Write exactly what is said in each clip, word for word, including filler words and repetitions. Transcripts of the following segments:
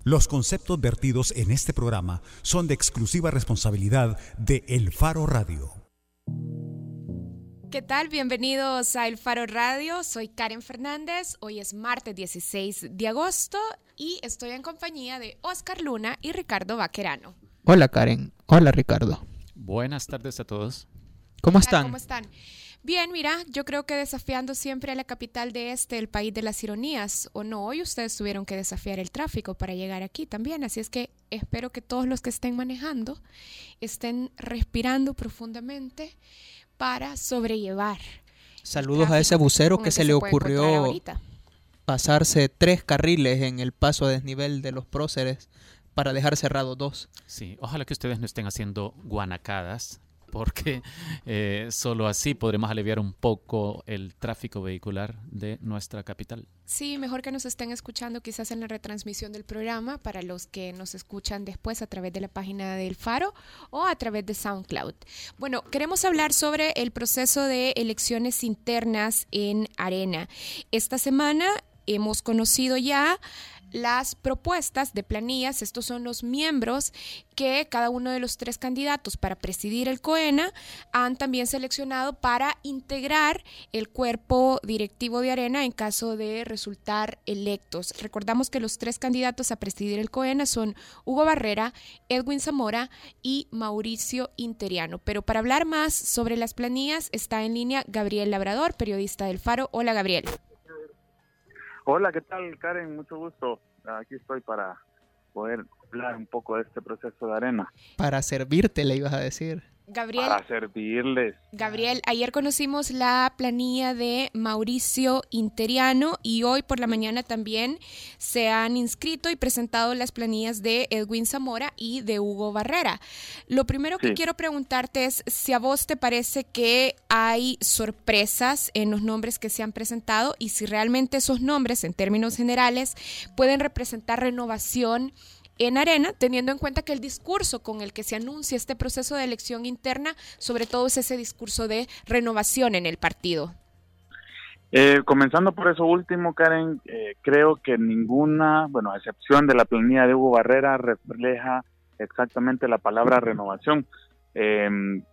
Los conceptos vertidos en este programa son de exclusiva responsabilidad de El Faro Radio. ¿Qué tal? Bienvenidos a El Faro Radio. Soy Karen Fernández. Hoy es martes dieciséis de agosto y estoy en compañía de Oscar Luna y Ricardo Vaquerano. Hola Karen. Hola Ricardo. Buenas tardes a todos. ¿Cómo están? ¿Cómo están? Bien, mira, yo creo que desafiando siempre a la capital de este, el país de las ironías, o no, hoy ustedes tuvieron que desafiar el tráfico para llegar aquí también, así es que espero que todos los que estén manejando estén respirando profundamente para sobrellevar. Saludos a ese bucero que se le ocurrió pasarse tres carriles en el paso a desnivel de los próceres para dejar cerrado dos. Sí, ojalá que ustedes no estén haciendo guanacadas, porque eh, solo así podremos aliviar un poco el tráfico vehicular de nuestra capital. Sí, mejor que nos estén escuchando quizás en la retransmisión del programa para los que nos escuchan después a través de la página del Faro o a través de SoundCloud. Bueno, queremos hablar sobre el proceso de elecciones internas en Arena. Esta semana hemos conocido ya las propuestas de planillas. Estos son los miembros que cada uno de los tres candidatos para presidir el COENA han también seleccionado para integrar el cuerpo directivo de Arena en caso de resultar electos. Recordamos que los tres candidatos a presidir el COENA son Hugo Barrera, Edwin Zamora y Mauricio Interiano. Pero para hablar más sobre las planillas está en línea Gabriel Labrador, periodista del Faro. Hola, Gabriel. Hola, ¿qué tal, Karen? Mucho gusto. Aquí estoy para poder hablar un poco de este proceso de Arena. Para servirte, le ibas a decir. Gabriel, para servirles. Gabriel, ayer conocimos la planilla de Mauricio Interiano y hoy por la mañana también se han inscrito y presentado las planillas de Edwin Zamora y de Hugo Barrera. Lo primero que sí. quiero preguntarte es si a vos te parece que hay sorpresas en los nombres que se han presentado y si realmente esos nombres, en términos generales, pueden representar renovación en Arena, teniendo en cuenta que el discurso con el que se anuncia este proceso de elección interna, sobre todo es ese discurso de renovación en el partido. Eh, comenzando por eso último, Karen, eh, creo que ninguna, bueno, a excepción de la planilla de Hugo Barrera, refleja exactamente la palabra renovación. Eh,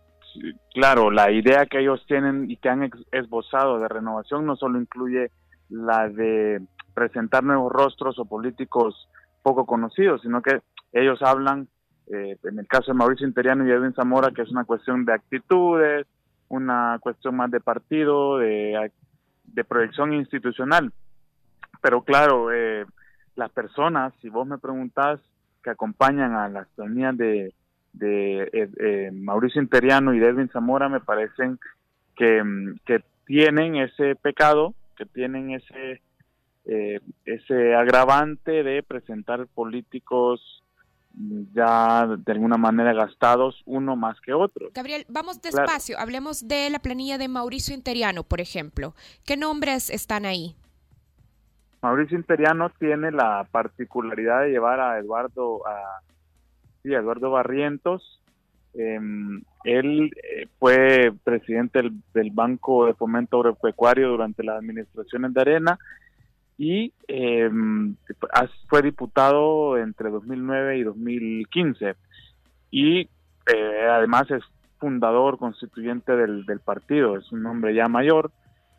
claro, la idea que ellos tienen y que han esbozado de renovación no solo incluye la de presentar nuevos rostros o políticos poco conocidos, sino que ellos hablan, eh, en el caso de Mauricio Interiano y Edwin Zamora, que es una cuestión de actitudes, una cuestión más de partido, de, de proyección institucional. Pero claro, eh, las personas, si vos me preguntás, que acompañan a las planillas de, de eh, eh, Mauricio Interiano y de Edwin Zamora, me parecen que, que tienen ese pecado, que tienen ese Eh, ese agravante de presentar políticos ya de alguna manera gastados, uno más que otro. Gabriel, vamos despacio, claro. Hablemos de la planilla de Mauricio Interiano, por ejemplo. ¿Qué nombres están ahí? Mauricio Interiano tiene la particularidad de llevar a Eduardo a, sí, a Eduardo Barrientos. Eh, él eh, fue presidente del, del Banco de Fomento Agropecuario durante las administraciones de Arena y eh, fue diputado entre dos mil nueve y dos mil quince y eh, además es fundador constituyente del, del partido. Es un hombre ya mayor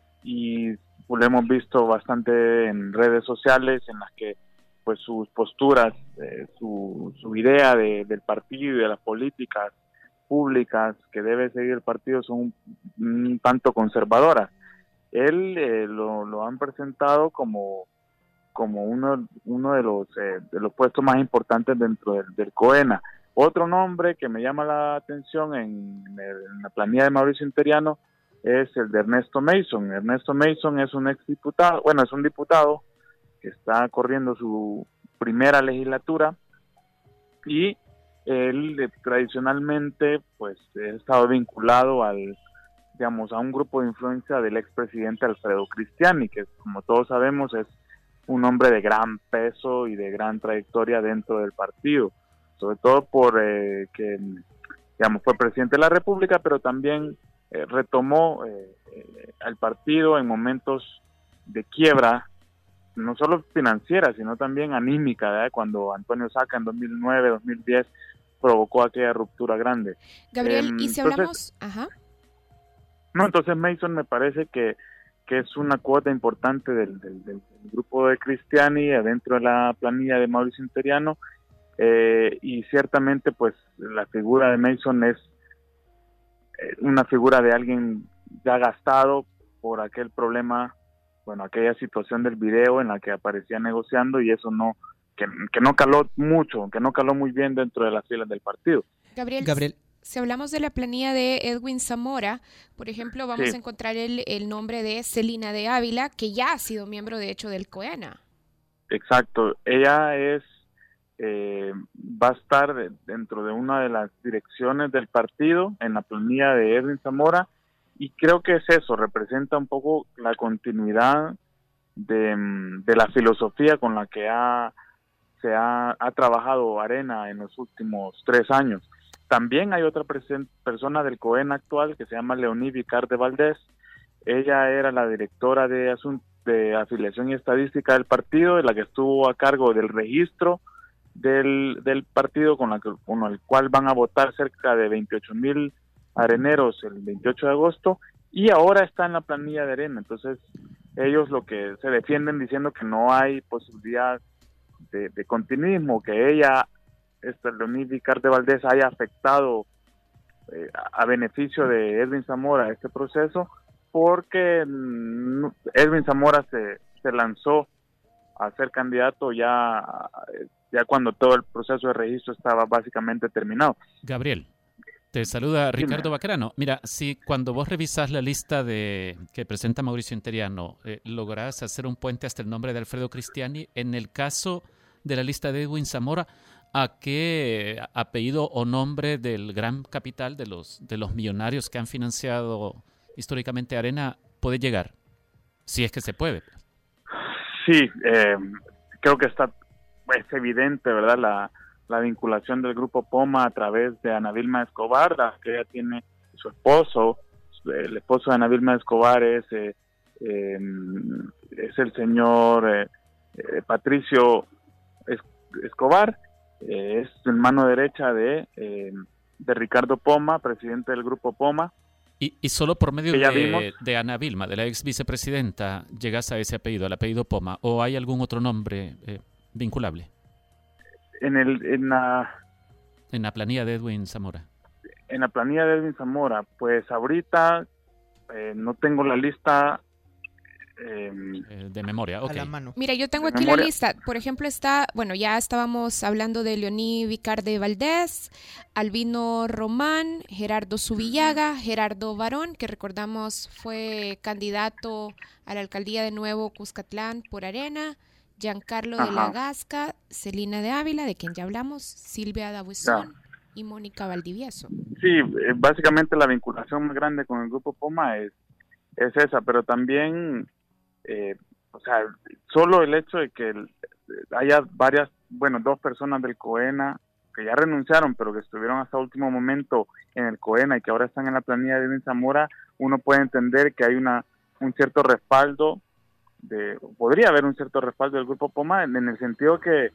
y lo hemos visto bastante en redes sociales en las que pues sus posturas, eh, su, su idea de, del partido y de las políticas públicas que debe seguir el partido son un, un tanto conservadoras. Él eh, lo, lo han presentado como, como uno, uno de los eh, de los puestos más importantes dentro del, del COENA. Otro nombre que me llama la atención en, en la planilla de Mauricio Interiano es el de Ernesto Mason. Ernesto Mason es un exdiputado, bueno, es un diputado que está corriendo su primera legislatura y él eh, tradicionalmente pues ha estado vinculado al digamos, a un grupo de influencia del expresidente Alfredo Cristiani, que como todos sabemos es un hombre de gran peso y de gran trayectoria dentro del partido, sobre todo por eh, que, digamos, fue presidente de la República, pero también eh, retomó eh, eh, al partido en momentos de quiebra no solo financiera, sino también anímica, ¿verdad? Cuando Antonio Saca en dos mil nueve, dos mil diez provocó aquella ruptura grande. Gabriel, eh, y si entonces, hablamos... Ajá. No, entonces Mason me parece que, que es una cuota importante del, del, del grupo de Cristiani adentro de la planilla de Mauricio Interiano, eh, y ciertamente pues la figura de Mason es una figura de alguien ya gastado por aquel problema, bueno, aquella situación del video en la que aparecía negociando, y eso no, que, que no caló mucho, que no caló muy bien dentro de las filas del partido. Gabriel, Gabriel. si hablamos de la planilla de Edwin Zamora, por ejemplo, vamos sí. a encontrar el, el nombre de Celina de Ávila, que ya ha sido miembro, de hecho, del COENA. Exacto, ella es, eh, va a estar de, dentro de una de las direcciones del partido en la planilla de Edwin Zamora, y creo que es eso, representa un poco la continuidad de, de la filosofía con la que ha, se ha, ha trabajado Arena en los últimos tres años. También hay otra presen- persona del COENA actual que se llama Leoní Vicard de Valdés. Ella era la directora de, asun- de afiliación y estadística del partido, de la que estuvo a cargo del registro del, del partido, con, la que, con el cual van a votar cerca de veintiocho mil areneros el veintiocho de agosto, y ahora está en la planilla de Arena. Entonces ellos lo que se defienden diciendo que no hay posibilidad de, de continuismo, que ella, esta Leoní Vicard de Valdés, haya afectado eh, a beneficio de Edwin Zamora este proceso, porque mm, Edwin Zamora se, se lanzó a ser candidato ya, ya cuando todo el proceso de registro estaba básicamente terminado. Gabriel, te saluda Ricardo Baquerano. Mira, si cuando vos revisás la lista de que presenta Mauricio Interiano, eh, lográs hacer un puente hasta el nombre de Alfredo Cristiani, en el caso de la lista de Edwin Zamora, ¿a qué apellido o nombre del gran capital de los, de los millonarios que han financiado históricamente Arena puede llegar? Si es que se puede. Sí, eh, creo que está, es evidente, ¿verdad?, la, la vinculación del Grupo Poma a través de Ana Vilma Escobar, la que ella tiene su esposo. El esposo de Ana Vilma Escobar es, eh, eh, es el señor eh, eh, Patricio Escobar, eh, es mano derecha de, eh, de Ricardo Poma, presidente del Grupo Poma. Y, y solo por medio de, de Ana Vilma, de la ex vicepresidenta, llegas a ese apellido, al apellido Poma, ¿o hay algún otro nombre eh, vinculable? En el en la en la planilla de Edwin Zamora. En la planilla de Edwin Zamora, pues ahorita eh, no tengo la lista eh, de memoria. Okay. A la mano. Mira, yo tengo de aquí memoria. la lista. Por ejemplo, está, bueno, ya estábamos hablando de Leoní Vicard de Valdés, Albino Román, Gerardo Zubillaga, Gerardo Barón, que recordamos fue candidato a la alcaldía de Nuevo Cuscatlán por Arena, Giancarlo Ajá. de la Gasca, Celina de Ávila, de quien ya hablamos, Silvia Dabuizón y Mónica Valdivieso. Sí, eh, básicamente la vinculación más grande con el Grupo Poma es, es esa, pero también, eh, o sea, solo el hecho de que el, haya varias, bueno, dos personas del COENA que ya renunciaron, pero que estuvieron hasta último momento en el COENA y que ahora están en la planilla de Edwin Zamora, uno puede entender que hay una un cierto respaldo, de podría haber un cierto respaldo del Grupo Poma, en, en el sentido que,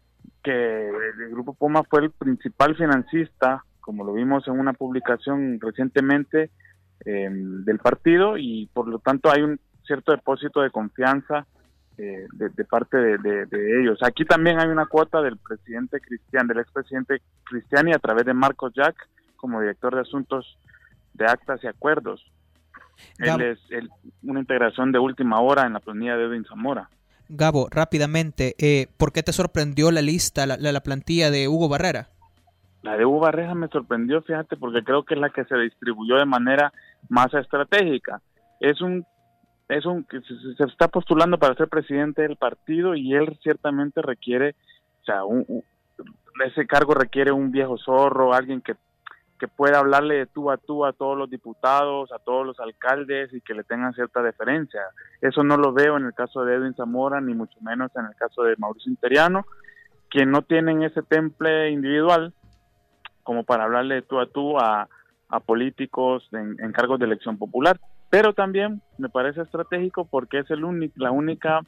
que el Grupo Poma fue el principal financista, como lo vimos en una publicación recientemente, eh, del partido, y por lo tanto hay un cierto depósito de confianza eh, de, de parte de, de, de ellos. Aquí también hay una cuota del presidente Cristian, del expresidente Cristiani, a través de Marcos Jack, como director de asuntos de actas y acuerdos. Gabo. Él es él, una integración de última hora en la planilla de Edwin Zamora. Gabo, rápidamente, eh, ¿por qué te sorprendió la lista, la, la, la plantilla de Hugo Barrera? La de Hugo Barrera me sorprendió, fíjate, porque creo que es la que se distribuyó de manera más estratégica. Es un es un que se, se está postulando para ser presidente del partido, y él ciertamente requiere, o sea, un, un, ese cargo requiere un viejo zorro, alguien que que pueda hablarle de tú a tú a todos los diputados, a todos los alcaldes, y que le tengan cierta deferencia. Eso no lo veo en el caso de Edwin Zamora, ni mucho menos en el caso de Mauricio Interiano, que no tienen ese temple individual como para hablarle de tú a tú a, a políticos en, en cargos de elección popular. Pero también me parece estratégico porque es el único, la única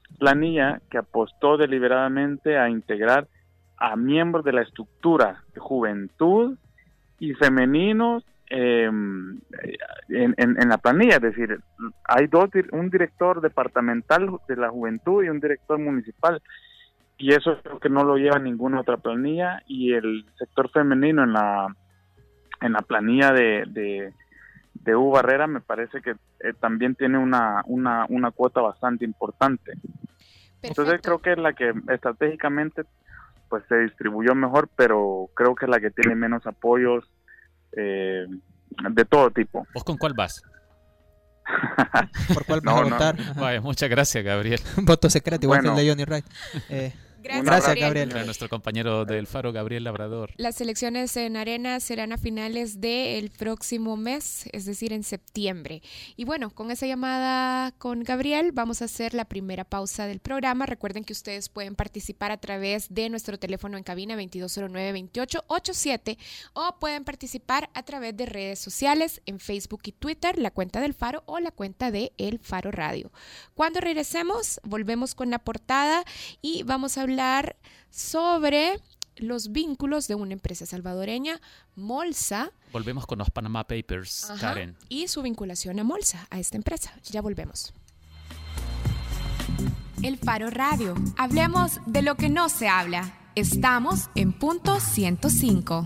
planilla que apostó deliberadamente a integrar a miembros de la estructura de juventud y femeninos eh, en, en, en la planilla. Es decir, hay dos, un director departamental de la juventud y un director municipal, y eso creo que no lo lleva ninguna otra planilla. Y el sector femenino en la en la planilla de, de, de U Barrera me parece que eh, también tiene una, una, una cuota bastante importante. Perfecto. Entonces creo que es la que estratégicamente pues se distribuyó mejor, pero creo que es la que tiene menos apoyos eh, de todo tipo. ¿Vos con cuál vas? ¿Por cuál vas no, a votar? No. Vaya, muchas gracias, Gabriel. Voto secreto, igual bueno. que el de Johnny Wright. Eh, Gracias, Gracias, Gabriel. Gabriel. Nuestro compañero del Faro, Gabriel Labrador. Las elecciones en Arena serán a finales del próximo mes, es decir, en septiembre. Y bueno, con esa llamada con Gabriel vamos a hacer la primera pausa del programa. Recuerden que ustedes pueden participar a través de nuestro teléfono en cabina veintidós cero nueve veintiocho ochenta y siete o pueden participar a través de redes sociales en Facebook y Twitter, la cuenta del Faro o la cuenta de El Faro Radio. Cuando regresemos, volvemos con la portada y vamos a hablar sobre los vínculos de una empresa salvadoreña, Molsa. Volvemos con los Panama Papers, Ajá, Karen. Y su vinculación a Molsa, a esta empresa. Ya volvemos. El Faro Radio. Hablemos de lo que no se habla. Estamos en punto ciento cinco.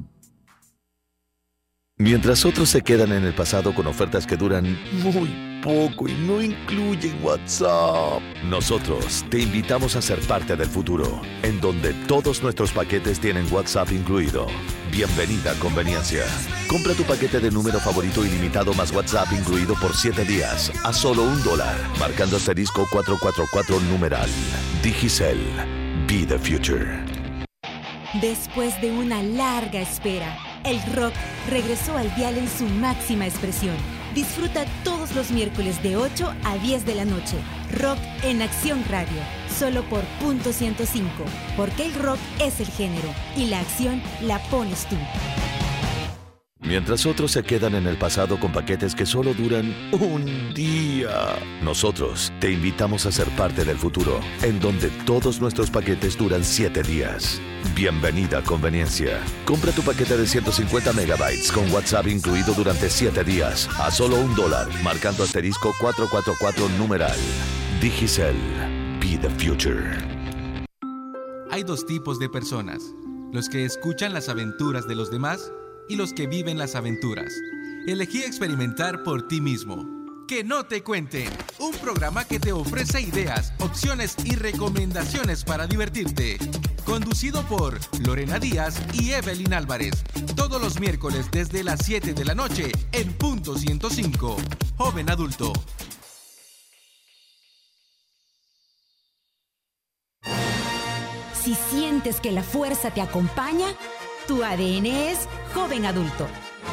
Mientras otros se quedan en el pasado con ofertas que duran muy poco y no incluyen WhatsApp, nosotros te invitamos a ser parte del futuro, en donde todos nuestros paquetes tienen WhatsApp incluido. Bienvenida a Conveniencia. Compra tu paquete de número favorito ilimitado más WhatsApp incluido por siete días a solo un dólar, marcando asterisco cuatrocientos cuarenta y cuatro numeral. Digicel. Be the future. Después de una larga espera, el rock regresó al dial en su máxima expresión. Disfruta todos los miércoles de ocho a diez de la noche. Rock en Acción Radio, solo por punto ciento cinco. Porque el rock es el género y la acción la pones tú. Mientras otros se quedan en el pasado con paquetes que solo duran un día, nosotros te invitamos a ser parte del futuro, en donde todos nuestros paquetes duran siete días. Bienvenida a Conveniencia. Compra tu paquete de ciento cincuenta megabytes con WhatsApp incluido durante siete días a solo un dólar, marcando asterisco cuatrocientos cuarenta y cuatro numeral. Digicel. Be the future. Hay dos tipos de personas: los que escuchan las aventuras de los demás y los que viven las aventuras. Elegí experimentar por ti mismo. Que no te cuenten. Un programa que te ofrece ideas, opciones y recomendaciones para divertirte. Conducido por Lorena Díaz y Evelyn Álvarez. Todos los miércoles desde las siete de la noche en punto ciento cinco. Joven adulto. Si sientes que la fuerza te acompaña, tu A D N es joven adulto.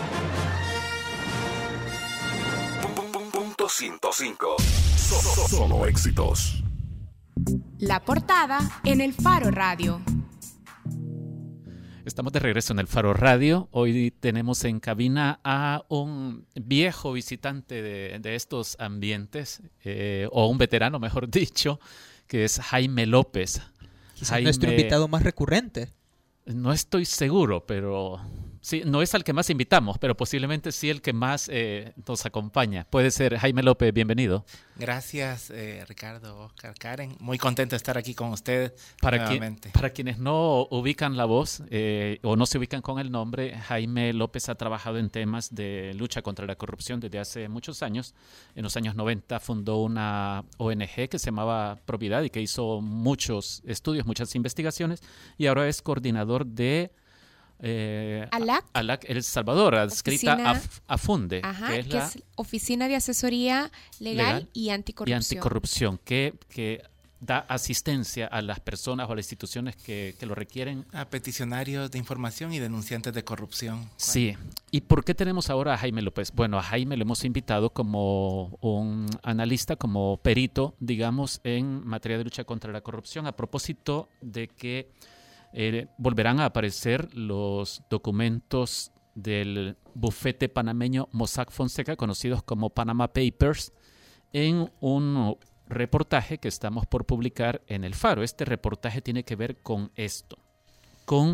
Punto ciento cinco. Solo, solo éxitos. La portada en el Faro Radio. Estamos de regreso en el Faro Radio. Hoy tenemos en cabina a un viejo visitante de, de estos ambientes, eh, o un veterano, mejor dicho, que es Jaime López. Quizás Jaime, nuestro invitado más recurrente. No estoy seguro, pero sí, no es al que más invitamos, pero posiblemente sí el que más eh, nos acompaña. Puede ser Jaime López, bienvenido. Gracias, eh, Ricardo, Oscar, Karen. Muy contento de estar aquí con ustedes para nuevamente. Qui- para quienes no ubican la voz eh, o no se ubican con el nombre, Jaime López ha trabajado en temas de lucha contra la corrupción desde hace muchos años. En los años noventa fundó una O N G que se llamaba Probidad y que hizo muchos estudios, muchas investigaciones, y ahora es coordinador de Eh, ALAC, ALAC El Salvador, adscrita Oficina, a, a FUNDE, ajá, que es que la es Oficina de Asesoría Legal, legal y Anticorrupción. y anticorrupción, que, que da asistencia a las personas o a las instituciones que, que lo requieren. A peticionarios de información y denunciantes de corrupción. Sí. ¿Y por qué tenemos ahora a Jaime López? Bueno, a Jaime lo hemos invitado como un analista, como perito, digamos, en materia de lucha contra la corrupción, a propósito de que Eh, volverán a aparecer los documentos del bufete panameño Mossack Fonseca, conocidos como Panama Papers, en un reportaje que estamos por publicar en El Faro. Este reportaje tiene que ver con esto, con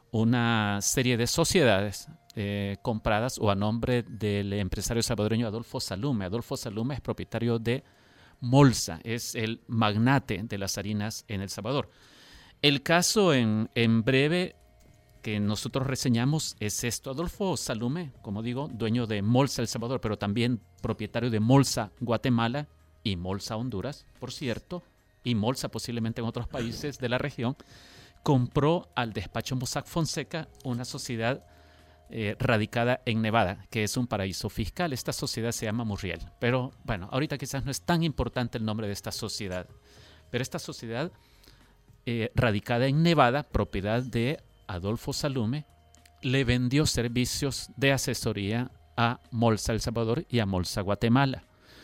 una serie de sociedades eh, compradas o a nombre del empresario salvadoreño Adolfo Salume. Adolfo Salume es propietario de Molsa, es el magnate de las harinas en El Salvador. El caso en, en breve que nosotros reseñamos es esto. Adolfo Salume, como digo, dueño de Molsa El Salvador, pero también propietario de Molsa Guatemala y Molsa Honduras, por cierto, y Molsa posiblemente en otros países de la región, compró al despacho Mossack Fonseca, una sociedad eh, radicada en Nevada, que es un paraíso fiscal. Esta sociedad se llama Murriel, pero bueno, ahorita quizás no es tan importante el nombre de esta sociedad, pero esta sociedad eh, radicada en Nevada, propiedad de Adolfo Salume, le vendió servicios de asesoría a Molsa El Salvador y a Molsa Guatemala.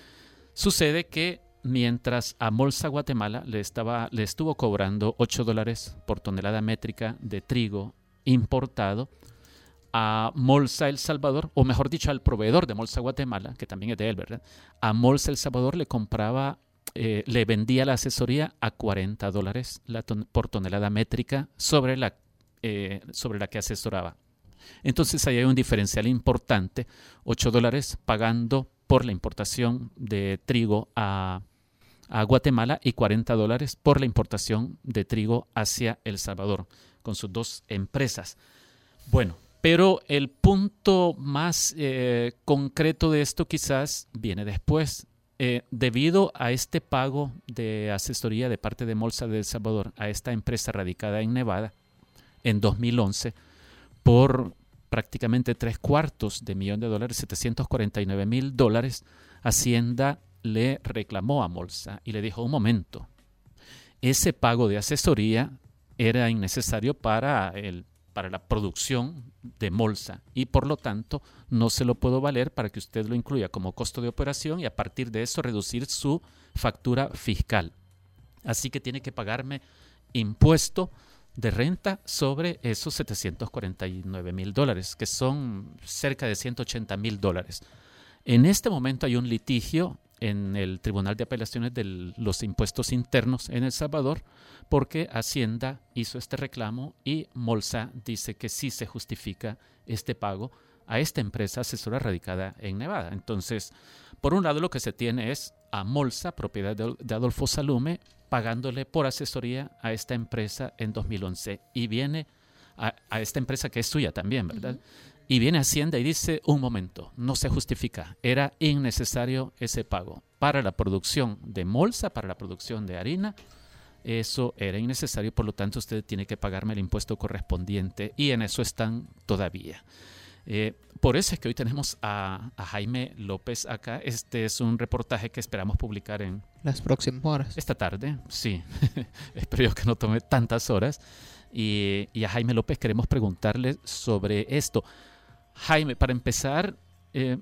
Sucede que mientras a Molsa Guatemala le, estaba, le estuvo cobrando ocho dólares por tonelada métrica de trigo importado, a Molsa El Salvador, o mejor dicho, al proveedor de Molsa Guatemala, que también es de él, ¿verdad? A Molsa El Salvador le compraba, eh, le vendía la asesoría a cuarenta dólares la ton- por tonelada métrica sobre la Eh, sobre la que asesoraba. Entonces ahí hay un diferencial importante, ocho dólares pagando por la importación de trigo a, a Guatemala y cuarenta dólares por la importación de trigo hacia El Salvador, con sus dos empresas. Bueno, pero el punto más eh, concreto de esto quizás viene después. Eh, debido a este pago de asesoría de parte de Molsa de El Salvador a esta empresa radicada en Nevada, en dos mil once, por prácticamente tres cuartos de millón de dólares, setecientos cuarenta y nueve mil dólares, Hacienda le reclamó a Molsa y le dijo, un momento, ese pago de asesoría era innecesario para, el, para la producción de Molsa y por lo tanto no se lo puedo valer para que usted lo incluya como costo de operación y a partir de eso reducir su factura fiscal. Así que tiene que pagarme impuesto de renta sobre esos setecientos cuarenta y nueve mil dólares, que son cerca de ciento ochenta mil dólares. En este momento hay un litigio en el Tribunal de Apelaciones de los Impuestos Internos en El Salvador, porque Hacienda hizo este reclamo y Molsa dice que sí se justifica este pago a esta empresa asesora radicada en Nevada. Entonces, por un lado lo que se tiene es a Molsa, propiedad de Adolfo Salume, pagándole por asesoría a esta empresa en dos mil once. Y viene a, a esta empresa que es suya también, ¿verdad? Uh-huh. Y viene Hacienda y dice, un momento, no se justifica. Era innecesario ese pago. Para la producción de Molsa, para la producción de harina, eso era innecesario, por lo tanto usted tiene que pagarme el impuesto correspondiente. Y en eso están todavía. Eh, por eso es que hoy tenemos a, a Jaime López acá. Este es un reportaje que esperamos publicar en las próximas horas. Esta tarde, sí. Espero yo que no tome tantas horas. Y, y a Jaime López queremos preguntarle sobre esto. Jaime, para empezar, eh,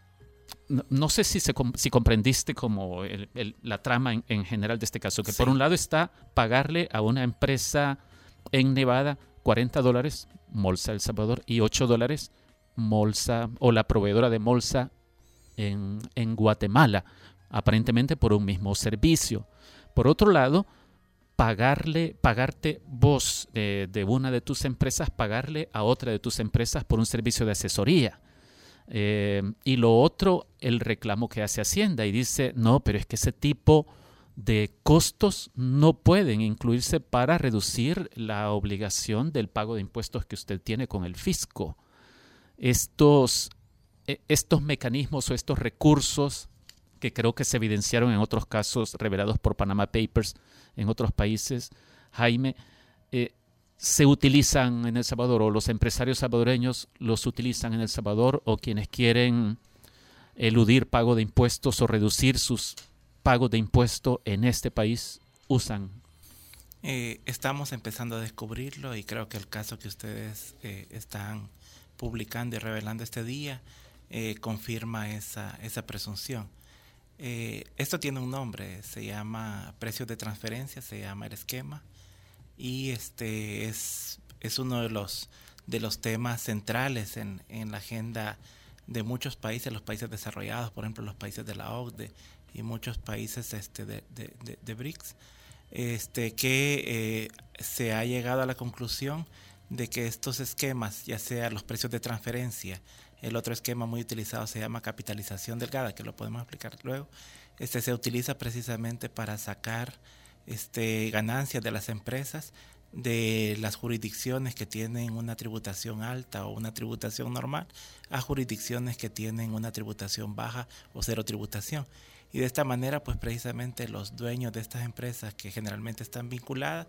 no, no sé si, se, si comprendiste como el, el, la trama en, en general de este caso, que sí. Por un lado está pagarle a una empresa en Nevada cuarenta dólares, Molsa El Salvador, y ocho dólares Molsa o la proveedora de Molsa en, en Guatemala, aparentemente por un mismo servicio. Por otro lado, pagarle, pagarte vos de, de una de tus empresas, pagarle a otra de tus empresas por un servicio de asesoría. Eh, y lo otro, el reclamo que hace Hacienda y dice, no, pero es que ese tipo de costos no pueden incluirse para reducir la obligación del pago de impuestos que usted tiene con el fisco. Estos, estos mecanismos o estos recursos que creo que se evidenciaron en otros casos revelados por Panama Papers en otros países, Jaime, eh, se utilizan en El Salvador, o los empresarios salvadoreños los utilizan en El Salvador, o quienes quieren eludir pago de impuestos o reducir sus pagos de impuestos en este país usan. Eh, estamos empezando a descubrirlo y creo que el caso que ustedes eh, están publicando y revelando este día eh, confirma esa, esa presunción. Eh, esto tiene un nombre, se llama precios de transferencia, se llama el esquema, y este es, es uno de los, de los temas centrales en, en la agenda de muchos países, los países desarrollados, por ejemplo los países de la O C D E y muchos países este, de, de, de, de B R I C S, este, que eh, se ha llegado a la conclusión de que estos esquemas, ya sea los precios de transferencia, el otro esquema muy utilizado se llama capitalización delgada, que lo podemos explicar luego, este se utiliza precisamente para sacar este, ganancias de las empresas de las jurisdicciones que tienen una tributación alta o una tributación normal a jurisdicciones que tienen una tributación baja o cero tributación. Y de esta manera, pues precisamente los dueños de estas empresas que generalmente están vinculadas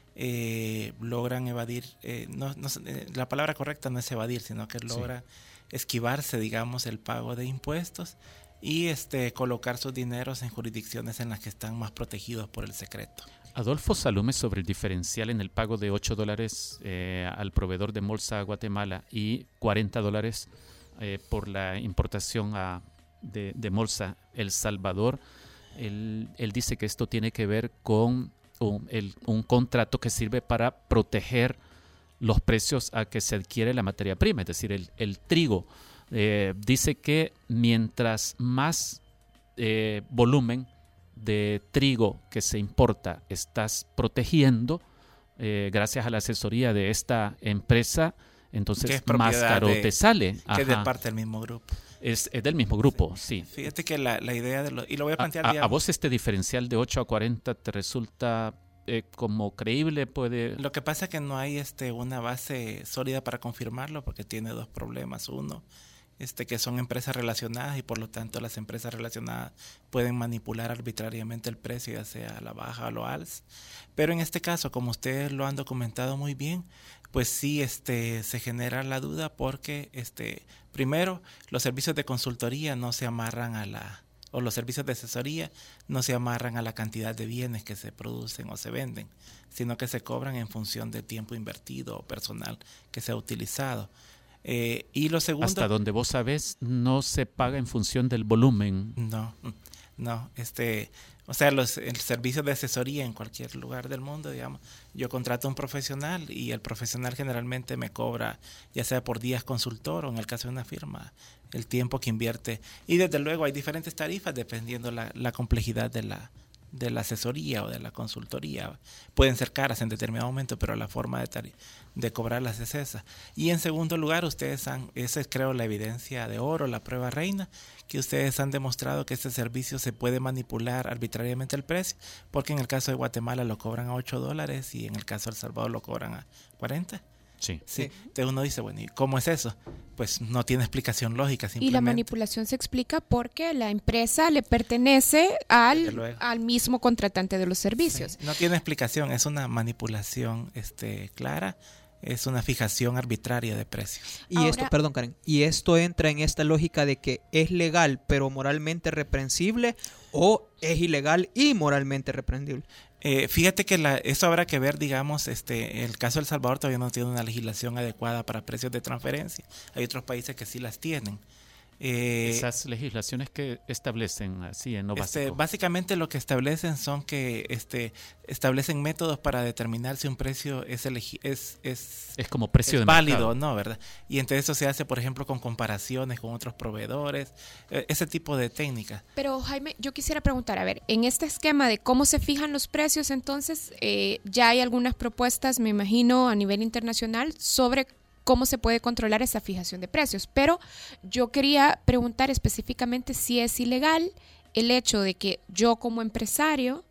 eh, logran evadir, eh, no, no, la palabra correcta no es evadir, sino que logra sí. esquivarse, digamos, el pago de impuestos y este, colocar sus dineros en jurisdicciones en las que están más protegidos por el secreto. Adolfo Salume, sobre el diferencial en el pago de ocho dólares eh, al proveedor de Molsa Guatemala y cuarenta dólares eh, por la importación a, de, de Molsa El Salvador. Él, él dice que esto tiene que ver con un, el, un contrato que sirve para proteger los precios a que se adquiere la materia prima, es decir, el, el trigo. Eh, dice que mientras más eh, volumen de trigo que se importa estás protegiendo eh, gracias a la asesoría de esta empresa, entonces más caro de, te sale. Que es de parte del mismo grupo. Es, es del mismo grupo, sí. sí. Fíjate que la, la idea de lo, y lo voy a plantear. A, a, a vos este diferencial de ocho a cuarenta te resulta eh, como creíble, puede. Lo que pasa es que no hay este una base sólida para confirmarlo porque tiene dos problemas. Uno, Este, que son empresas relacionadas y por lo tanto las empresas relacionadas pueden manipular arbitrariamente el precio, ya sea a la baja o a lo alza. Pero en este caso, como ustedes lo han documentado muy bien, pues sí este, se genera la duda porque este, primero los servicios de consultoría no se amarran a la, o los servicios de asesoría no se amarran a la cantidad de bienes que se producen o se venden, sino que se cobran en función de tiempo invertido o personal que se ha utilizado. Eh, y lo segundo, hasta donde vos sabés no se paga en función del volumen. No, no, este, o sea, los el servicio de asesoría en cualquier lugar del mundo, digamos, yo contrato a un profesional y el profesional generalmente me cobra, ya sea por días consultor o en el caso de una firma, el tiempo que invierte. Y desde luego hay diferentes tarifas dependiendo la, la complejidad de la de la asesoría o de la consultoría. Pueden ser caras en determinado momento, pero la forma de, tari- de cobrarlas es esa. Y en segundo lugar, ustedes han, esa es creo la evidencia de oro, la prueba reina, que ustedes han demostrado que este servicio se puede manipular arbitrariamente el precio, porque en el caso de Guatemala lo cobran a ocho dólares y en el caso de El Salvador lo cobran a cuarenta. Sí. sí. Entonces uno dice, bueno, ¿y cómo es eso? Pues no tiene explicación lógica. Simplemente. Y la manipulación se explica porque la empresa le pertenece al, al mismo contratante de los servicios. Sí. No tiene explicación, es una manipulación este, clara, es una fijación arbitraria de precios. Y Ahora, esto, perdón Karen, y esto entra en esta lógica de que es legal pero moralmente reprensible o es ilegal y moralmente reprensible. Eh, fíjate que la, eso habrá que ver, digamos, este, el caso de El Salvador todavía no tiene una legislación adecuada para precios de transferencia. Hay otros países que sí las tienen. Eh, Esas legislaciones que establecen así en lo este, básico. Básicamente lo que establecen son que este, establecen métodos para determinar si un precio es elegi- es, es, es como precio es de válido o mercado. no, ¿verdad? Y entonces eso se hace, por ejemplo, con comparaciones con otros proveedores, eh, ese tipo de técnicas. Pero Jaime, yo quisiera preguntar, a ver, en este esquema de cómo se fijan los precios, entonces eh, ya hay algunas propuestas, me imagino, a nivel internacional sobre cómo se puede controlar esa fijación de precios. Pero yo quería preguntar específicamente si es ilegal el hecho de que yo como empresario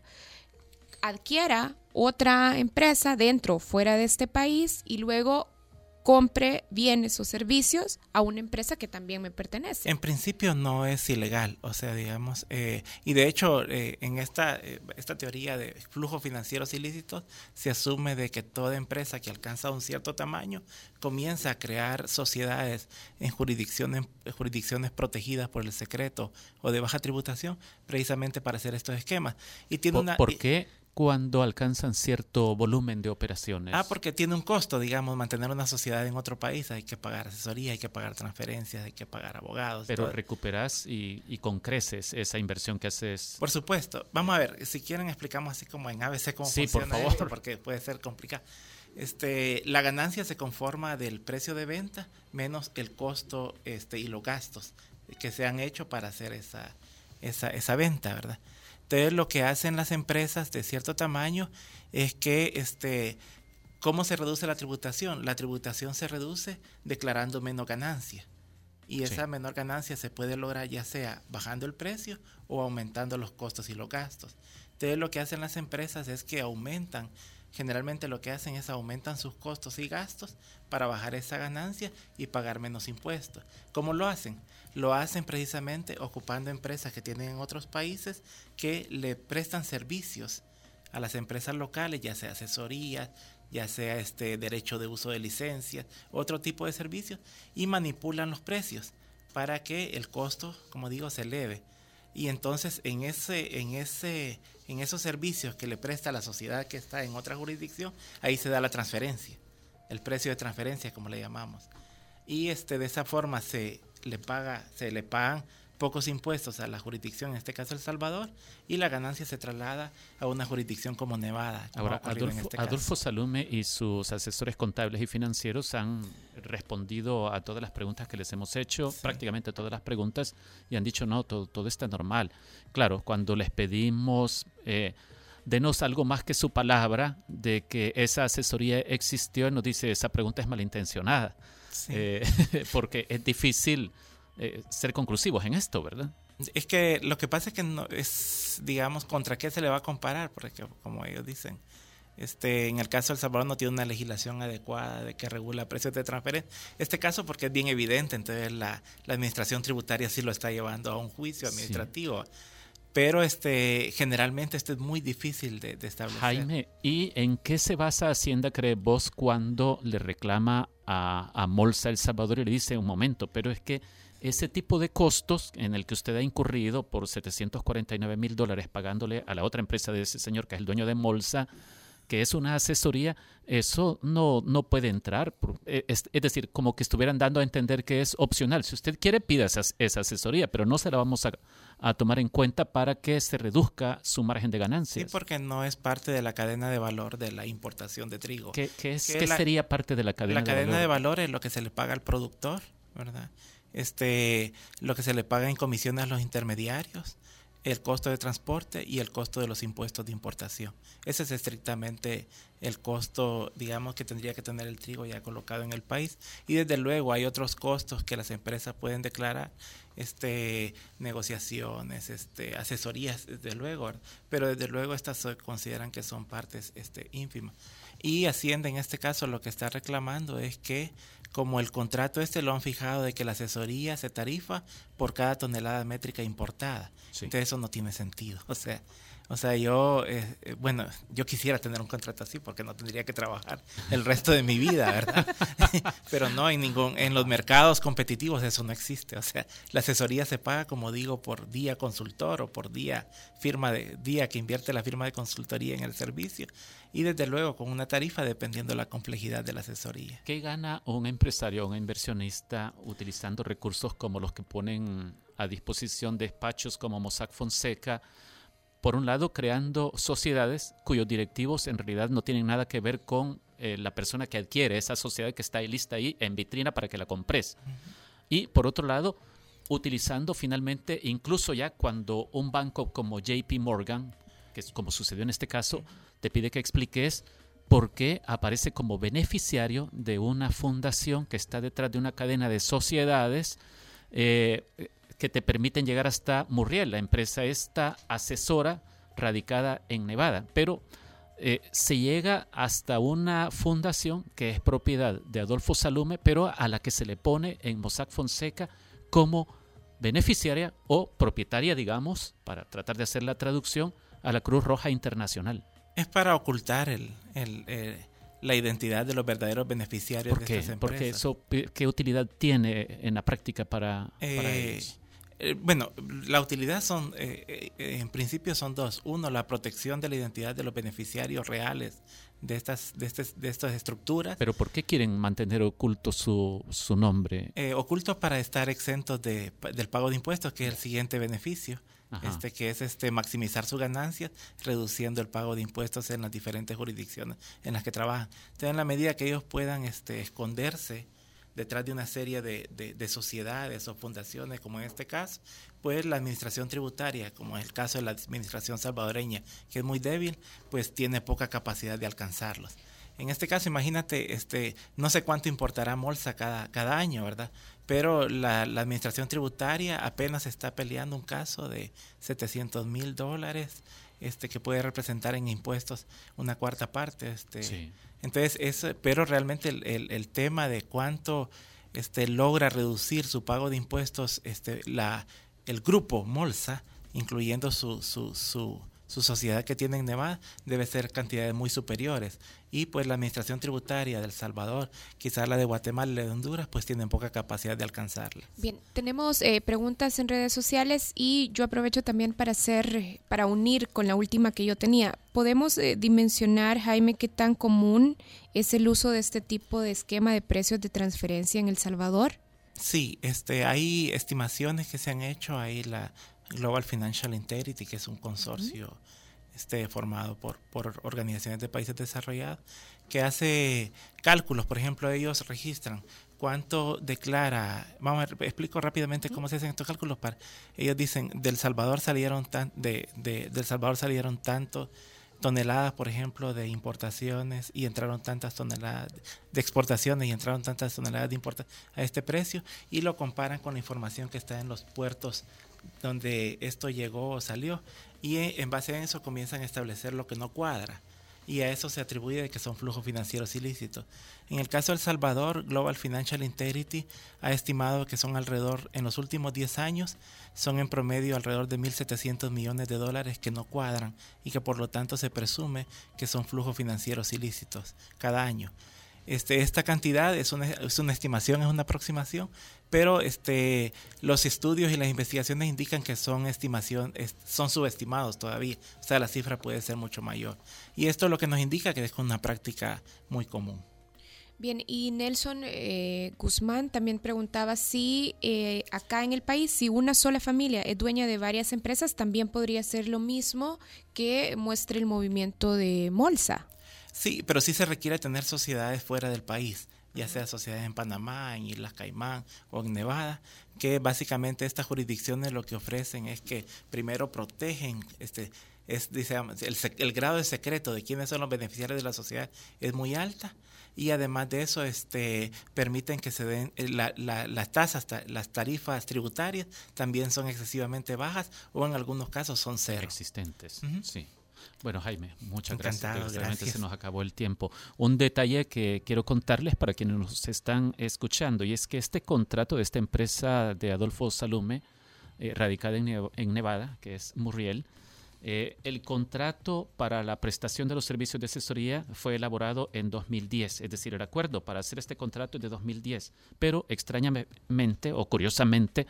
adquiera otra empresa dentro o fuera de este país y luego compre bienes o servicios a una empresa que también me pertenece. En principio no es ilegal, o sea, digamos, eh, y de hecho eh, en esta, eh, esta teoría de flujos financieros ilícitos se asume de que toda empresa que alcanza un cierto tamaño comienza a crear sociedades en jurisdicciones, jurisdicciones protegidas por el secreto o de baja tributación, precisamente para hacer estos esquemas. Y tiene ¿Por, una, ¿por qué? Cuando alcanzan cierto volumen de operaciones. Ah, porque tiene un costo, digamos, mantener una sociedad en otro país. Hay que pagar asesoría, hay que pagar transferencias, hay que pagar abogados. Pero todo. recuperas y, y con creces esa inversión que haces. Por supuesto. Vamos a ver, si quieren explicamos así como en A B C cómo sí, funciona por favor. esto, porque puede ser complicado. Este, la ganancia se conforma del precio de venta menos el costo este, y los gastos que se han hecho para hacer esa esa, esa venta, ¿verdad? Entonces lo que hacen las empresas de cierto tamaño es que, este, ¿cómo se reduce la tributación? La tributación se reduce declarando menos ganancia. Y esa sí. menor ganancia se puede lograr ya sea bajando el precio o aumentando los costos y los gastos. Entonces lo que hacen las empresas es que aumentan, generalmente lo que hacen es aumentan sus costos y gastos para bajar esa ganancia y pagar menos impuestos. ¿Cómo lo hacen? Lo hacen precisamente ocupando empresas que tienen en otros países que le prestan servicios a las empresas locales, ya sea asesoría, ya sea este derecho de uso de licencias, otro tipo de servicios, y manipulan los precios para que el costo, como digo, se eleve. Y entonces en ese, en ese, en esos servicios que le presta la sociedad que está en otra jurisdicción, ahí se da la transferencia, el precio de transferencia, como le llamamos. Y este de esa forma se le paga, se le pagan pocos impuestos a la jurisdicción, en este caso El Salvador, y la ganancia se traslada a una jurisdicción como Nevada. Como Ahora, Adolfo, en este Adolfo Salume y sus asesores contables y financieros han respondido a todas las preguntas que les hemos hecho, sí. prácticamente todas las preguntas, y han dicho, no, todo, todo está normal. Claro, cuando les pedimos, eh, denos algo más que su palabra de que esa asesoría existió, nos dice, esa pregunta es malintencionada, sí. eh, porque es difícil Eh, ser conclusivos en esto, ¿verdad? Es que lo que pasa es que no es, digamos, contra qué se le va a comparar, porque como ellos dicen, este, en el caso de El Salvador no tiene una legislación adecuada de que regula precios de transferencia. Este caso porque es bien evidente, entonces la, la administración tributaria sí lo está llevando a un juicio administrativo. Sí. Pero este, generalmente esto es muy difícil de, de establecer. Jaime, ¿y en qué se basa Hacienda, cree vos, cuando le reclama a, a Molsa El Salvador y le dice, un momento, pero es que ese tipo de costos en el que usted ha incurrido por setecientos cuarenta y nueve mil dólares pagándole a la otra empresa de ese señor que es el dueño de Molsa, que es una asesoría, eso no, no puede entrar. Es, es decir, como que estuvieran dando a entender que es opcional. Si usted quiere, pida esa, esa asesoría, pero no se la vamos a, a tomar en cuenta para que se reduzca su margen de ganancias. Sí, porque no es parte de la cadena de valor de la importación de trigo. ¿Qué, qué, es, ¿qué la, sería parte de la cadena de valor? La cadena de valor es lo que se le paga al productor, ¿verdad? Este, lo que se le paga en comisiones a los intermediarios, el costo de transporte y el costo de los impuestos de importación. Ese es estrictamente el costo, digamos, que tendría que tener el trigo ya colocado en el país. Y desde luego hay otros costos que las empresas pueden declarar, este, negociaciones, este, asesorías, desde luego, ¿verdad? Pero desde luego estas se consideran que son partes este, ínfimas. Y Hacienda en este caso lo que está reclamando es que como el contrato este lo han fijado de que la asesoría se tarifa por cada tonelada métrica importada. Sí. Entonces eso no tiene sentido. O sea, o sea yo, eh, bueno, yo quisiera tener un contrato así porque no tendría que trabajar el resto de mi vida, ¿verdad? Pero no, en ningún, en los mercados competitivos eso no existe. O sea, la asesoría se paga, como digo, por día consultor o por día firma de día que invierte la firma de consultoría en el servicio. Y desde luego con una tarifa dependiendo de la complejidad de la asesoría. ¿Qué gana un empresario o un inversionista utilizando recursos como los que ponen a disposición despachos como Mossack Fonseca? Por un lado, creando sociedades cuyos directivos en realidad no tienen nada que ver con eh, la persona que adquiere esa sociedad que está ahí lista ahí en vitrina para que la compres. Uh-huh. Y por otro lado, utilizando finalmente, incluso ya cuando un banco como J P Morgan, que es como sucedió en este caso, te pide que expliques por qué aparece como beneficiario de una fundación que está detrás de una cadena de sociedades eh, que te permiten llegar hasta Murriel, la empresa esta asesora radicada en Nevada. Pero eh, se llega hasta una fundación que es propiedad de Adolfo Salume, pero a la que se le pone en Mossack Fonseca como beneficiaria o propietaria, digamos, para tratar de hacer la traducción, a la Cruz Roja Internacional. Es para ocultar el, el, el, la identidad de los verdaderos beneficiarios de estas empresas. Porque eso, ¿qué utilidad tiene en la práctica para, eh, para ellos? Eh, bueno, la utilidad son, eh, eh, en principio son dos. Uno, la protección de la identidad de los beneficiarios reales de estas, de estas, de estas estructuras. ¿Pero por qué quieren mantener oculto su, su nombre? Eh, oculto para estar exentos de, del pago de impuestos, que es el siguiente beneficio. Este, que es este maximizar sus ganancias, reduciendo el pago de impuestos en las diferentes jurisdicciones en las que trabajan. Entonces, en la medida que ellos puedan este, esconderse detrás de una serie de, de, de sociedades o fundaciones, como en este caso, pues la administración tributaria, como es el caso de la administración salvadoreña, que es muy débil, pues tiene poca capacidad de alcanzarlos. En este caso, imagínate, este, no sé cuánto importará Molsa cada, cada año, ¿verdad? Pero la, la administración tributaria apenas está peleando un caso de setecientos mil dólares, este, que puede representar en impuestos una cuarta parte. Este. Sí. Entonces, es, pero realmente el, el, el tema de cuánto este, logra reducir su pago de impuestos, este, la, el grupo Molsa, incluyendo su, su, su, su sociedad que tiene en Nevada, debe ser cantidades muy superiores. Y pues la administración tributaria de El Salvador, quizás la de Guatemala y la de Honduras, pues tienen poca capacidad de alcanzarla. Bien, tenemos eh, preguntas en redes sociales y yo aprovecho también para hacer, para unir con la última que yo tenía. ¿Podemos eh, dimensionar, Jaime, qué tan común es el uso de este tipo de esquema de precios de transferencia en El Salvador? Sí, este, hay estimaciones que se han hecho, hay la Global Financial Integrity, que es un consorcio uh-huh. este, formado por, por organizaciones de países desarrollados, que hace cálculos. Por ejemplo, ellos registran cuánto declara, vamos a ver, explico rápidamente cómo se hacen estos cálculos. Para, ellos dicen, del Salvador salieron tan, de, de, del Salvador salieron tanto toneladas, por ejemplo, de importaciones y entraron tantas toneladas de exportaciones y entraron tantas toneladas de importaciones a este precio, y lo comparan con la información que está en los puertos donde esto llegó o salió, y en base a eso comienzan a establecer lo que no cuadra, y a eso se atribuye de que son flujos financieros ilícitos. En el caso de El Salvador, Global Financial Integrity ha estimado que son alrededor, en los últimos diez años, son en promedio alrededor de mil setecientos millones de dólares que no cuadran y que por lo tanto se presume que son flujos financieros ilícitos cada año. Este, esta cantidad es una, es una estimación, es una aproximación, pero este, los estudios y las investigaciones indican que son estimación, es, son subestimados todavía, o sea, la cifra puede ser mucho mayor. Y esto es lo que nos indica que es una práctica muy común. Bien, y Nelson eh, Guzmán también preguntaba si eh, acá en el país, si una sola familia es dueña de varias empresas, también podría ser lo mismo que muestre el movimiento de Molsa. Sí, pero sí se requiere tener sociedades fuera del país, ya sea sociedades en Panamá, en Islas Caimán o en Nevada, que básicamente estas jurisdicciones lo que ofrecen es que primero protegen, este, es, dice, el, el grado de secreto de quiénes son los beneficiarios de la sociedad es muy alta, y además de eso este, permiten que se den la, la, las tasas, las tarifas tributarias también son excesivamente bajas o en algunos casos son cero. Existentes, uh-huh. sí. Bueno, Jaime, muchas Encantado, gracias. Realmente gracias. se nos acabó el tiempo. Un detalle que quiero contarles para quienes nos están escuchando, y es que este contrato de esta empresa de Adolfo Salume, eh, radicada en, ne- en Nevada, que es Murriel, eh, el contrato para la prestación de los servicios de asesoría fue elaborado en dos mil diez, es decir, el acuerdo para hacer este contrato es de dos mil diez, pero extrañamente o curiosamente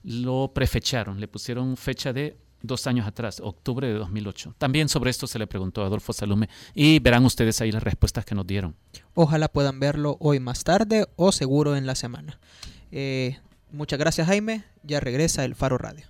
lo prefecharon, le pusieron fecha de dos años atrás, octubre de dos mil ocho. También sobre esto se le preguntó a Adolfo Salume y verán ustedes ahí las respuestas que nos dieron. Ojalá puedan verlo hoy más tarde o seguro en la semana. Eh, muchas gracias, Jaime. Ya regresa el Faro Radio.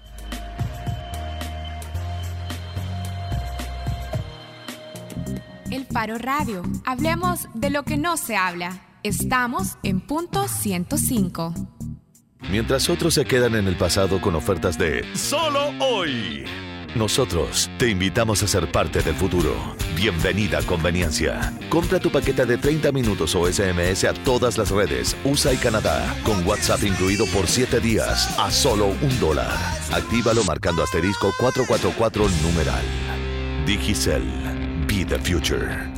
El Faro Radio. Hablemos de lo que no se habla. Estamos en punto ciento cinco. Mientras otros se quedan en el pasado con ofertas de solo hoy, nosotros te invitamos a ser parte del futuro. Bienvenida a Conveniencia. Compra tu paquete de treinta minutos o S M S a todas las redes U S A y Canadá, con WhatsApp incluido por siete días a solo un dólar. Actívalo marcando asterisco cuatro cuatro cuatro numeral. Digicel. Be the future.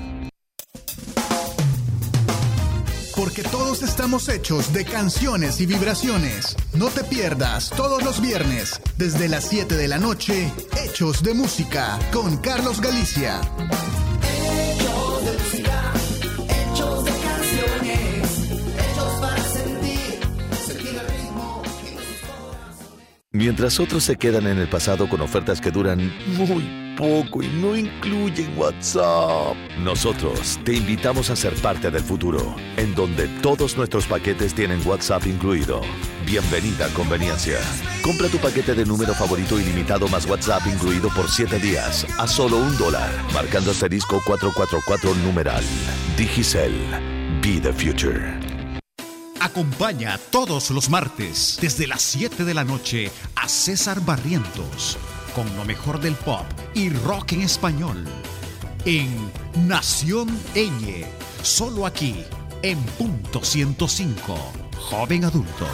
Porque todos estamos hechos de canciones y vibraciones. No te pierdas todos los viernes, desde las siete de la noche, Hechos de Música, con Carlos Galicia. Hechos de música, hechos de canciones, hechos para sentir, sentir el ritmo en sus corazones. Mientras otros se quedan en el pasado con ofertas que duran muy poco y no incluyen WhatsApp, nosotros te invitamos a ser parte del futuro, en donde todos nuestros paquetes tienen WhatsApp incluido. Bienvenida a Conveniencia. Compra tu paquete de número favorito ilimitado más WhatsApp incluido por siete días a solo un dólar, marcando asterisco cuatro cuatro cuatro numeral. Digicel. Be the future. Acompaña todos los martes desde las siete de la noche a César Barrientos con lo mejor del pop y rock en español en Nación Eñe, solo aquí en Punto ciento cinco, Joven Adulto.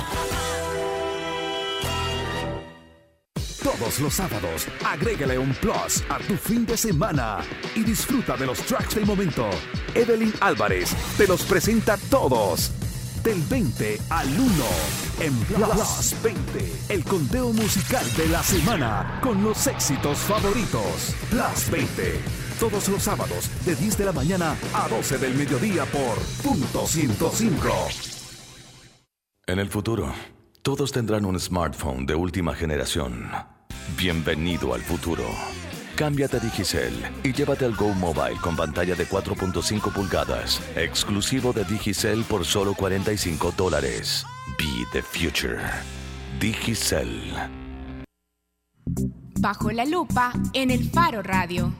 Todos los sábados, agrégale un plus a tu fin de semana y disfruta de los tracks del momento. Evelyn Álvarez te los presenta todos. Del veinte al uno en Plus veinte, el conteo musical de la semana con los éxitos favoritos. Plus veinte, todos los sábados de diez de la mañana a doce del mediodía por Punto ciento cinco. En el futuro, todos tendrán un smartphone de última generación. Bienvenido al futuro. Cámbiate a Digicel y llévate al Go Mobile con pantalla de cuatro punto cinco pulgadas, exclusivo de Digicel por solo cuarenta y cinco dólares. Be the future. Digicel. Bajo la lupa en el Faro Radio.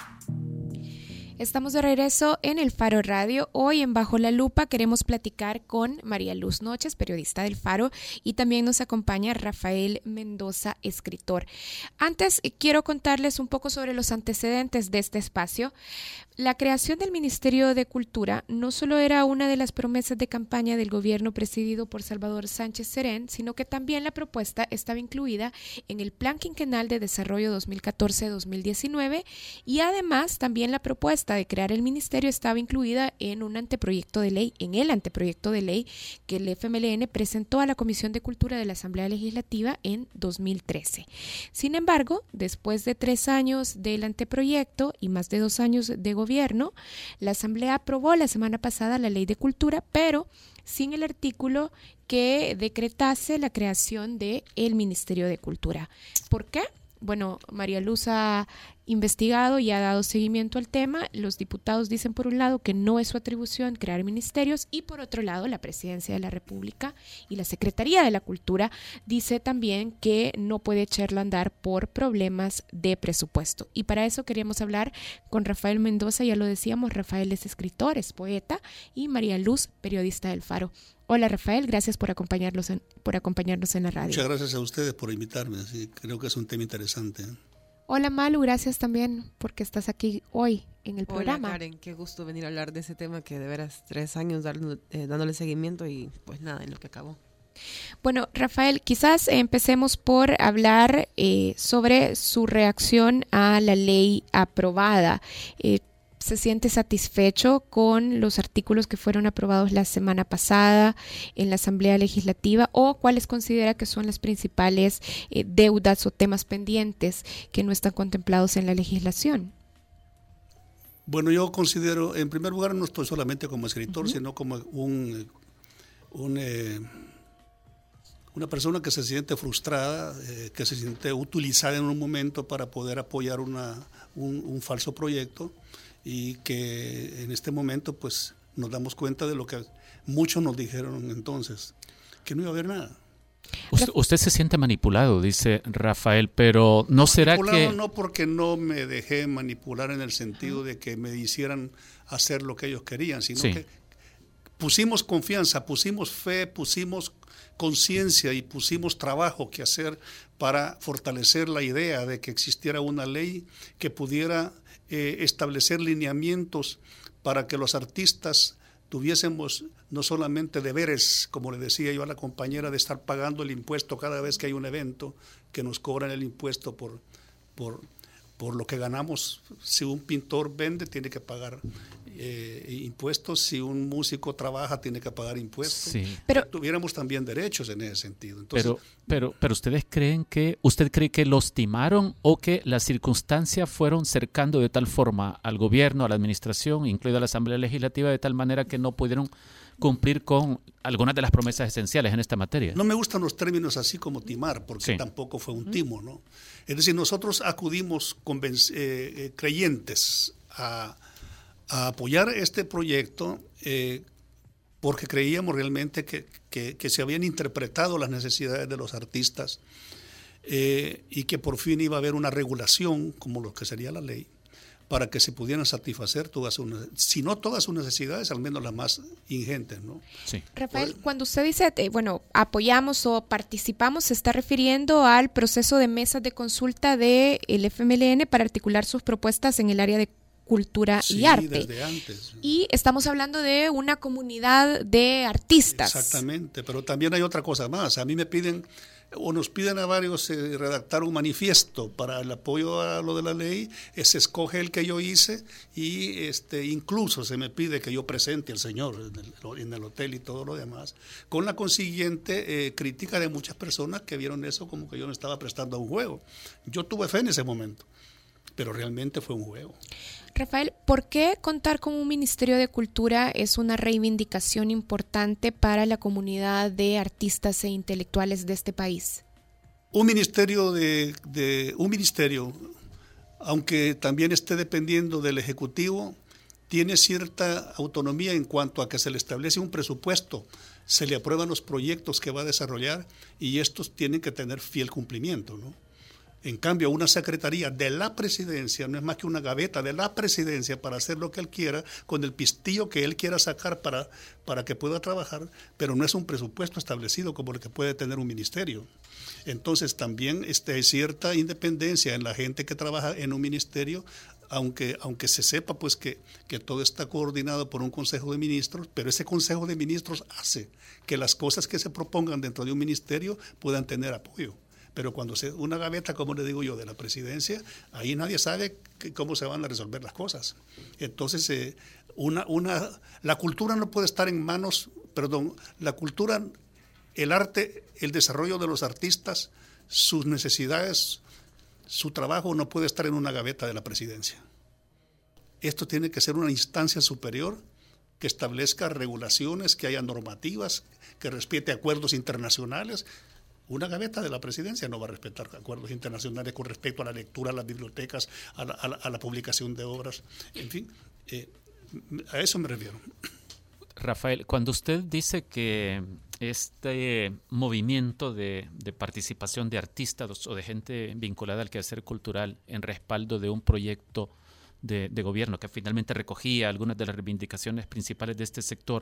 Estamos de regreso en el Faro Radio. Hoy en Bajo la Lupa queremos platicar con María Luz Noches, periodista del Faro, y también nos acompaña Rafael Mendoza, escritor. Antes quiero contarles un poco sobre los antecedentes de este espacio. La creación del Ministerio de Cultura no solo era una de las promesas de campaña del gobierno presidido por Salvador Sánchez Serén, sino que también la propuesta estaba incluida en el Plan Quinquenal de Desarrollo dos mil catorce a dos mil diecinueve y además también la propuesta de crear el ministerio estaba incluida en un anteproyecto de ley, en el anteproyecto de ley que el F M L N presentó a la Comisión de Cultura de la Asamblea Legislativa en dos mil trece. Sin embargo, después de tres años del anteproyecto y más de dos años de gobierno, la Asamblea aprobó la semana pasada la Ley de Cultura, pero sin el artículo que decretase la creación del Ministerio de Cultura. ¿Por qué? Bueno, María Luz ha investigado y ha dado seguimiento al tema. Los diputados dicen por un lado que no es su atribución crear ministerios y por otro lado la Presidencia de la República y la Secretaría de la Cultura dice también que no puede echarlo a andar por problemas de presupuesto. Y para eso queríamos hablar con Rafael Mendoza, ya lo decíamos, Rafael es escritor, es poeta, y María Luz, periodista del Faro. Hola Rafael, gracias por acompañarnos en, por acompañarnos en la radio. Muchas gracias a ustedes por invitarme, sí, creo que es un tema interesante. Hola Malu, gracias también porque estás aquí hoy en el Hola, programa. Hola Karen, qué gusto venir a hablar de ese tema que de veras tres años dando, eh, dándole seguimiento y pues nada, en lo que acabó. Bueno, Rafael, quizás empecemos por hablar eh, sobre su reacción a la ley aprobada. Eh, ¿Se siente satisfecho con los artículos que fueron aprobados la semana pasada en la Asamblea Legislativa o cuáles considera que son las principales eh, deudas o temas pendientes que no están contemplados en la legislación? Bueno, yo considero, en primer lugar, no estoy solamente como escritor, uh-huh. sino como un, un eh, una persona que se siente frustrada, eh, que se siente utilizada en un momento para poder apoyar una, un, un falso proyecto. Y que en este momento pues nos damos cuenta de lo que muchos nos dijeron entonces, que no iba a haber nada. Usted, usted se siente manipulado, dice Rafael, pero ¿no será que...? Manipulado no porque no me dejé manipular en el sentido de que me hicieran hacer lo que ellos querían, sino sí. que pusimos confianza, pusimos fe, pusimos conciencia y pusimos trabajo que hacer para fortalecer la idea de que existiera una ley que pudiera eh, establecer lineamientos para que los artistas tuviésemos no solamente deberes, como le decía yo a la compañera, de estar pagando el impuesto cada vez que hay un evento, que nos cobran el impuesto por, por, por lo que ganamos. Si un pintor vende, tiene que pagar eh, impuestos. Si un músico trabaja, tiene que pagar impuestos. Sí. Pero tuviéramos también derechos en ese sentido. Entonces, pero, pero, pero ustedes creen que, ¿usted cree que los timaron o que las circunstancias fueron cercando de tal forma al gobierno, a la administración, incluida la Asamblea Legislativa, de tal manera que no pudieron cumplir con algunas de las promesas esenciales en esta materia? No me gustan los términos así como timar, porque sí. tampoco fue un timo, ¿no? Es decir, nosotros acudimos convenc- eh, eh, creyentes a, a apoyar este proyecto eh, porque creíamos realmente que, que, que se habían interpretado las necesidades de los artistas eh, y que por fin iba a haber una regulación, como lo que sería la ley, para que se pudieran satisfacer todas sus, si no todas sus necesidades, al menos las más ingentes, ¿no? Sí. Rafael, cuando usted dice, eh, bueno, apoyamos o participamos, se está refiriendo al proceso de mesas de consulta del F M L N para articular sus propuestas en el área de cultura sí, y arte. Desde antes. Y estamos hablando de una comunidad de artistas. Exactamente, pero también hay otra cosa más. A mí me piden, o nos piden a varios eh, redactar un manifiesto para el apoyo a lo de la ley, eh, se escoge el que yo hice y este, incluso se me pide que yo presente al señor en el, en el hotel y todo lo demás, con la consiguiente eh, crítica de muchas personas que vieron eso como que yo me estaba prestando a un juego. Yo tuve fe en ese momento, pero realmente fue un juego. Rafael, ¿por qué contar con un Ministerio de Cultura es una reivindicación importante para la comunidad de artistas e intelectuales de este país? Un ministerio de, de un ministerio, aunque también esté dependiendo del Ejecutivo, tiene cierta autonomía en cuanto a que se le establece un presupuesto, se le aprueban los proyectos que va a desarrollar y estos tienen que tener fiel cumplimiento, ¿no? En cambio, una secretaría de la presidencia no es más que una gaveta de la presidencia para hacer lo que él quiera, con el pistillo que él quiera sacar para, para que pueda trabajar, pero no es un presupuesto establecido como el que puede tener un ministerio. Entonces, también este, hay cierta independencia en la gente que trabaja en un ministerio, aunque, aunque se sepa pues que, que todo está coordinado por un consejo de ministros, pero ese consejo de ministros hace que las cosas que se propongan dentro de un ministerio puedan tener apoyo. Pero cuando se una gaveta, como le digo yo, de la presidencia, ahí nadie sabe que, cómo se van a resolver las cosas. Entonces, eh, una, una, la cultura no puede estar en manos, perdón, la cultura, el arte, el desarrollo de los artistas, sus necesidades, su trabajo no puede estar en una gaveta de la presidencia. Esto tiene que ser una instancia superior que establezca regulaciones, que haya normativas, que respete acuerdos internacionales. Una gaveta de la presidencia no va a respetar acuerdos internacionales con respecto a la lectura, a las bibliotecas, a la, a la, a la publicación de obras. En fin, eh, a eso me refiero. Rafael, cuando usted dice que este movimiento de, de participación de artistas o de gente vinculada al quehacer cultural en respaldo de un proyecto de, de gobierno que finalmente recogía algunas de las reivindicaciones principales de este sector,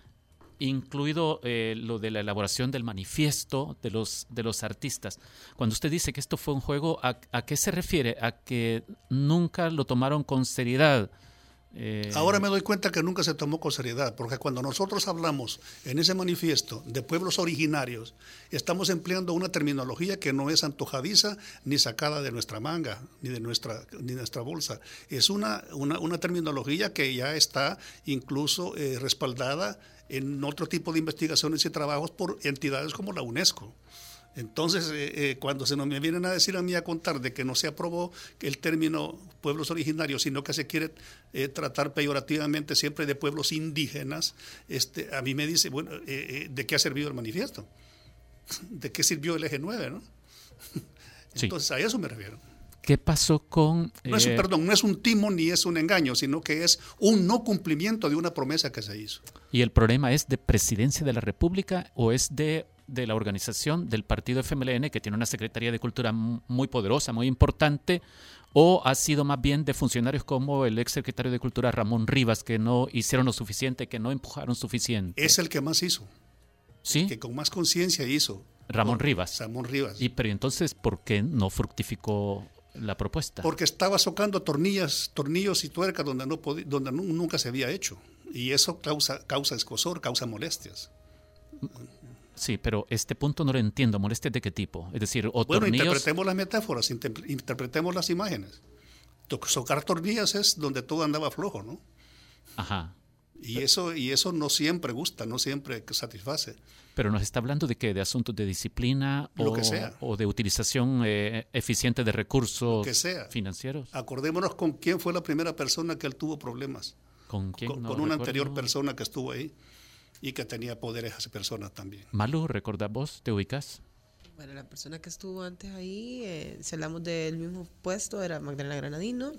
incluido eh, lo de la elaboración del manifiesto de los, de los artistas. Cuando usted dice que esto fue un juego, ¿a, a qué se refiere? ¿A que nunca lo tomaron con seriedad? Eh... Ahora me doy cuenta que nunca se tomó con seriedad, porque cuando nosotros hablamos en ese manifiesto de pueblos originarios, estamos empleando una terminología que no es antojadiza ni sacada de nuestra manga, ni de nuestra, ni de nuestra bolsa. Es una, una, una terminología que ya está incluso eh, respaldada en otro tipo de investigaciones y trabajos por entidades como la UNESCO. Entonces, eh, eh, cuando se nos me vienen a decir a mí a contar de que no se aprobó el término pueblos originarios, sino que se quiere eh, tratar peyorativamente siempre de pueblos indígenas, este, a mí me dice, bueno, eh, eh, ¿de qué ha servido el manifiesto? ¿De qué sirvió el eje nueve, no? Entonces, sí. A eso me refiero. ¿Qué pasó con...? No es, eh... perdón, no es un timo ni es un engaño, sino que es un no cumplimiento de una promesa que se hizo. ¿Y el problema es de Presidencia de la República o es de, de la organización del partido F M L N, que tiene una Secretaría de Cultura muy poderosa, muy importante, o ha sido más bien de funcionarios como el ex secretario de Cultura Ramón Rivas, que no hicieron lo suficiente, que no empujaron suficiente? Es el que más hizo. ¿Sí? Que con más conciencia hizo. Ramón Rivas. Ramón Rivas. ¿Y pero entonces por qué no fructificó la propuesta? Porque estaba socando tornillas, tornillos y tuercas donde, no podía, donde no, nunca se había hecho. Y eso causa, causa escozor, causa molestias. Sí, pero este punto no lo entiendo. ¿Molestias de qué tipo? Es decir, o bueno, tornillos... interpretemos las metáforas, interpretemos las imágenes. Socar tornillas es donde todo andaba flojo, ¿no? Ajá. Y eso, y eso no siempre gusta, no siempre satisface. Pero nos está hablando de qué, de asuntos de disciplina Lo o, que sea. o de utilización eh, eficiente de recursos que sea. financieros. Acordémonos con quién fue la primera persona que él tuvo problemas. ¿Con quién? Con, no con una recuerdo. anterior persona que estuvo ahí y que tenía poderes a esa persona también. Malu, ¿recordás vos? ¿Te ubicas? Bueno, la persona que estuvo antes ahí, eh, si hablamos del mismo puesto, era Magdalena Granadino.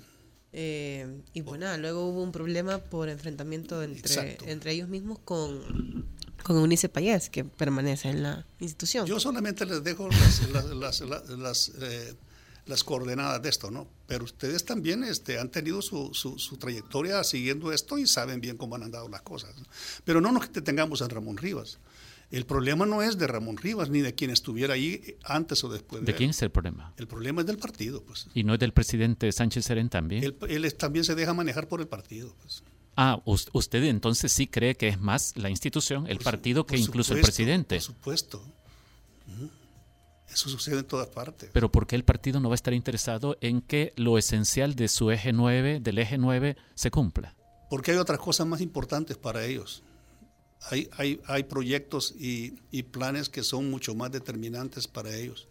Eh, y bueno, oh. luego hubo un problema por enfrentamiento entre, entre ellos mismos con, con Eunice Payés, que permanece en la institución. Yo solamente les dejo las, las, las, las, las, eh, las coordenadas de esto, ¿no? pero ustedes también este, han tenido su, su, su trayectoria siguiendo esto y saben bien cómo han andado las cosas, ¿no? Pero no nos detengamos en Ramón Rivas. El problema no es de Ramón Rivas ni de quien estuviera ahí antes o después de, ¿De él. quién es el problema? El problema es del partido, pues. ¿Y no es del presidente Sánchez Serén también? Él, él es, también se deja manejar por el partido, pues. Ah, usted entonces sí cree que es más la institución, el por partido, su, que incluso supuesto, el presidente. Por supuesto. Uh-huh. Eso sucede en todas partes. Pero ¿por qué el partido no va a estar interesado en que lo esencial de su eje nueve, del eje nueve, se cumpla? Porque hay otras cosas más importantes para ellos. Hay, hay, hay proyectos y, y planes que son mucho más determinantes para ellos.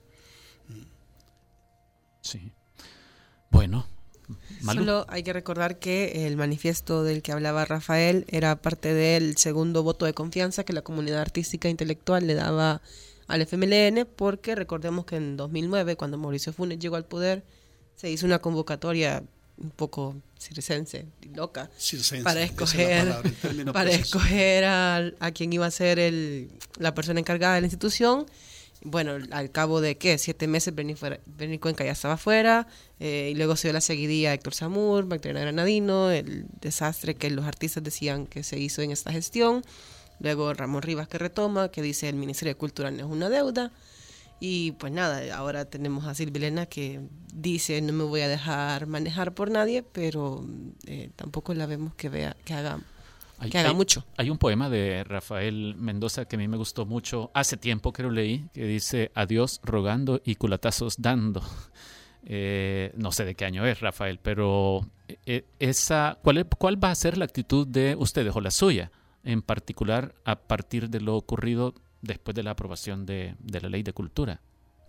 Sí. Bueno. ¿Malu? Solo hay que recordar que el manifiesto del que hablaba Rafael era parte del segundo voto de confianza que la comunidad artística e intelectual le daba al F M L N, porque recordemos que en dos mil nueve, cuando Mauricio Funes llegó al poder, se hizo una convocatoria un poco circense y loca circense, para escoger, palabra, para escoger a, a quien iba a ser el, la persona encargada de la institución. Bueno, al cabo de, ¿qué? Siete meses, Bernie Cuenca ya estaba afuera, eh, y luego se dio la seguidilla a Héctor Zamur, Magdalena Granadino, el desastre que los artistas decían que se hizo en esta gestión. Luego Ramón Rivas, que retoma, que dice el Ministerio de Cultura no es una deuda. Y pues nada, ahora tenemos a Silvia Elena, que dice no me voy a dejar manejar por nadie, pero eh, tampoco la vemos que vea que haga Hay, que haga hay, mucho. Hay un poema de Rafael Mendoza que a mí me gustó mucho, hace tiempo que lo leí, que dice adiós rogando y culatazos dando. Eh, no sé de qué año es, Rafael, pero eh, esa, ¿cuál, es, ¿cuál va a ser la actitud de ustedes o la suya, en particular a partir de lo ocurrido después de la aprobación de, de la Ley de Cultura?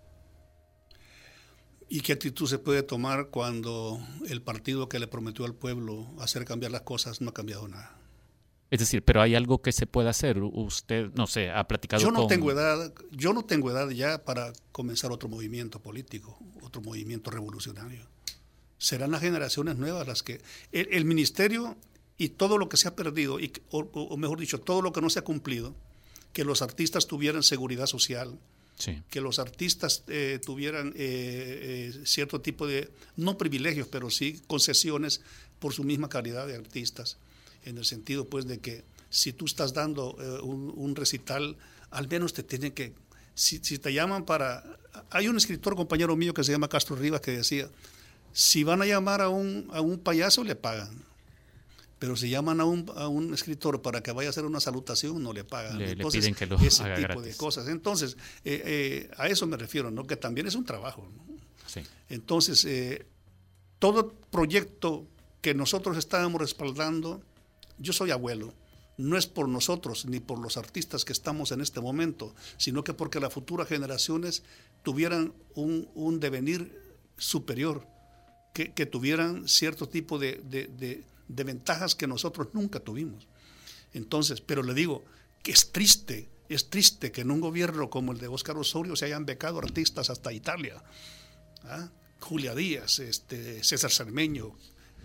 ¿Y qué actitud se puede tomar cuando el partido que le prometió al pueblo hacer cambiar las cosas no ha cambiado nada? Es decir, pero hay algo que se pueda hacer. Usted, no sé, ha platicado yo no con... tengo edad, yo no tengo edad ya para comenzar otro movimiento político, otro movimiento revolucionario. Serán las generaciones nuevas las que... El, el ministerio y todo lo que se ha perdido, y, o, o mejor dicho, todo lo que no se ha cumplido, que los artistas tuvieran seguridad social, sí. que los artistas eh, tuvieran eh, eh, cierto tipo de, no privilegios, pero sí concesiones por su misma calidad de artistas, en el sentido pues de que si tú estás dando eh, un, un recital, al menos te tienen que, si, si te llaman para, hay un escritor compañero mío que se llama Castro Rivas que decía, si van a llamar a un, a un payaso le pagan. Pero si llaman a un, a un escritor para que vaya a hacer una salutación, no le pagan. Le, Entonces, le piden que lo ese haga tipo gratis. de cosas. Entonces, eh, eh, a eso me refiero, ¿no? Que también es un trabajo, ¿no? Sí. Entonces, eh, todo proyecto que nosotros estábamos respaldando, yo soy abuelo, no es por nosotros ni por los artistas que estamos en este momento, sino que porque las futuras generaciones tuvieran un, un devenir superior, que, que tuvieran cierto tipo de... de, de de ventajas que nosotros nunca tuvimos. Entonces, pero le digo que es triste, es triste que en un gobierno como el de Óscar Osorio se hayan becado artistas hasta Italia. ¿Ah? Julia Díaz, este, César Cermeño,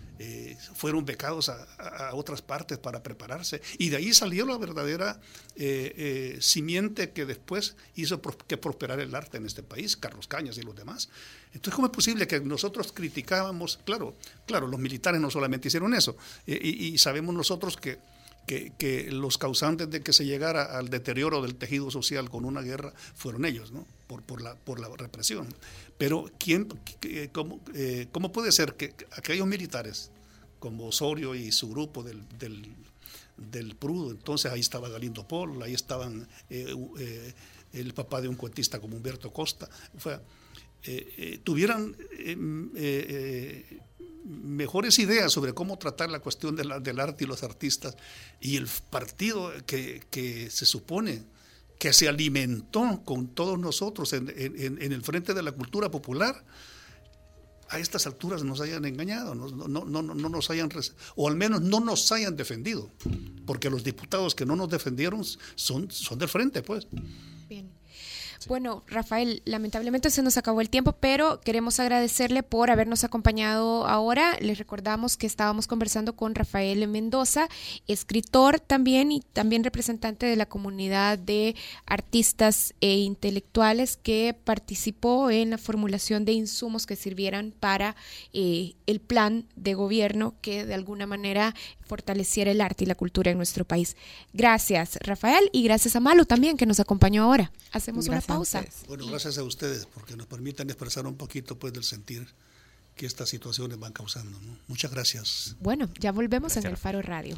eh, fueron becados a, a, a otras partes para prepararse. Y de ahí salió la verdadera eh, eh, simiente que después hizo pro, que prosperara el arte en este país, Carlos Cañas y los demás. Entonces, ¿cómo es posible que nosotros criticábamos? Claro, claro, los militares no solamente hicieron eso, eh, y, y sabemos nosotros que, que, que los causantes de que se llegara al deterioro del tejido social con una guerra fueron ellos, ¿no? Por, por, la, por la represión. Pero, ¿quién, eh, cómo, eh, ¿cómo puede ser que aquellos militares, como Osorio y su grupo del, del, del P R U D, entonces ahí estaba Galindo Pol, ahí estaban eh, eh, el papá de un cuentista como Humberto Costa, fue... Eh, eh, tuvieran eh, eh, mejores ideas sobre cómo tratar la cuestión de la, del arte y los artistas, y el partido que, que se supone que se alimentó con todos nosotros en, en, en el frente de la cultura popular, a estas alturas nos hayan engañado, no, no, no, no nos hayan, o al menos no nos hayan defendido, porque los diputados que no nos defendieron son, son del frente, pues. Bien. Sí. Bueno, Rafael, lamentablemente se nos acabó el tiempo, pero queremos agradecerle por habernos acompañado ahora. Les recordamos que estábamos conversando con Rafael Mendoza, escritor también y también representante de la comunidad de artistas e intelectuales que participó en la formulación de insumos que sirvieran para eh, el plan de gobierno que de alguna manera fortaleciera el arte y la cultura en nuestro país. Gracias, Rafael, y gracias a Malu también, que nos acompañó ahora. Hacemos gracias una pausa. Bueno, gracias a ustedes, porque nos permiten expresar un poquito pues del sentir que estas situaciones van causando, ¿no? Muchas gracias. Bueno, ya volvemos gracias. En el Faro Radio.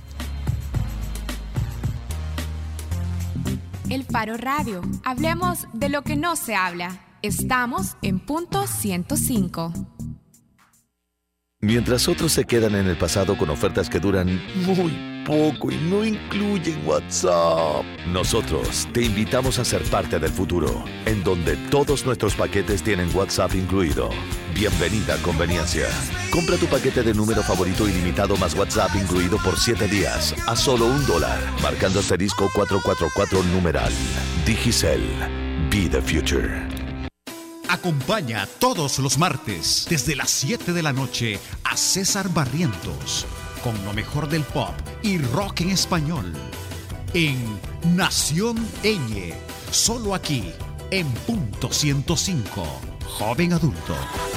El Faro Radio. Hablemos de lo que no se habla. Estamos en punto ciento cinco. Mientras otros se quedan en el pasado con ofertas que duran muy poco y no incluyen WhatsApp, nosotros te invitamos a ser parte del futuro, en donde todos nuestros paquetes tienen WhatsApp incluido. Bienvenida a conveniencia. Compra tu paquete de número favorito ilimitado más WhatsApp incluido por siete días a solo un dólar, marcando asterisco cuatro cuatro cuatro numeral. Digicel. Be the future. Acompaña todos los martes desde las siete de la noche a César Barrientos con lo mejor del pop y rock en español en Nación Eñe, solo aquí en punto ciento cinco, joven adulto.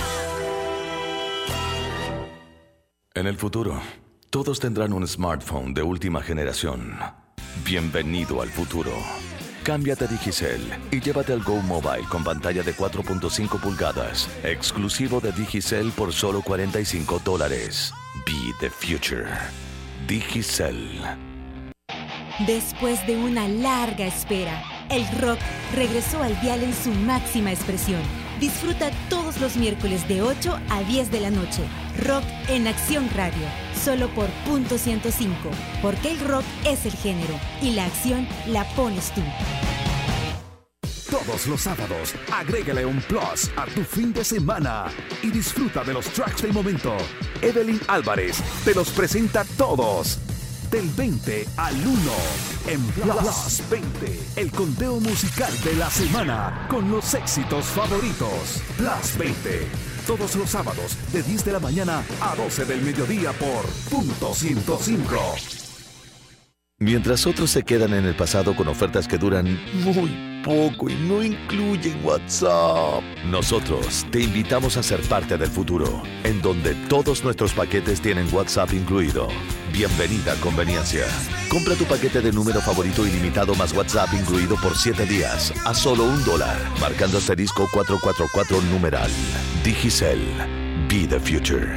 En el futuro, todos tendrán un smartphone de última generación. Bienvenido al futuro. Cámbiate a Digicel y llévate al Go Mobile con pantalla de cuatro punto cinco pulgadas, exclusivo de Digicel por solo cuarenta y cinco dólares. Be the future. Digicel. Después de una larga espera, el rock regresó al dial en su máxima expresión. Disfruta todos los miércoles de ocho a diez de la noche. Rock en Acción Radio, solo por punto ciento cinco, porque el rock es el género y la acción la pones tú. Todos los sábados, agrégale un plus a tu fin de semana y disfruta de los tracks del momento. Evelyn Álvarez te los presenta todos. Del veinte al uno en Plus veinte, el conteo musical de la semana con los éxitos favoritos. Plus veinte, todos los sábados de diez de la mañana a doce del mediodía por punto ciento cinco. Mientras otros se quedan en el pasado con ofertas que duran muy poco y no incluyen WhatsApp, nosotros te invitamos a ser parte del futuro, en donde todos nuestros paquetes tienen WhatsApp incluido. Bienvenida a conveniencia. Compra tu paquete de número favorito ilimitado más WhatsApp incluido por siete días a solo un dólar, marcando asterisco cuatro cuatro cuatro numeral. Digicel. Be the future.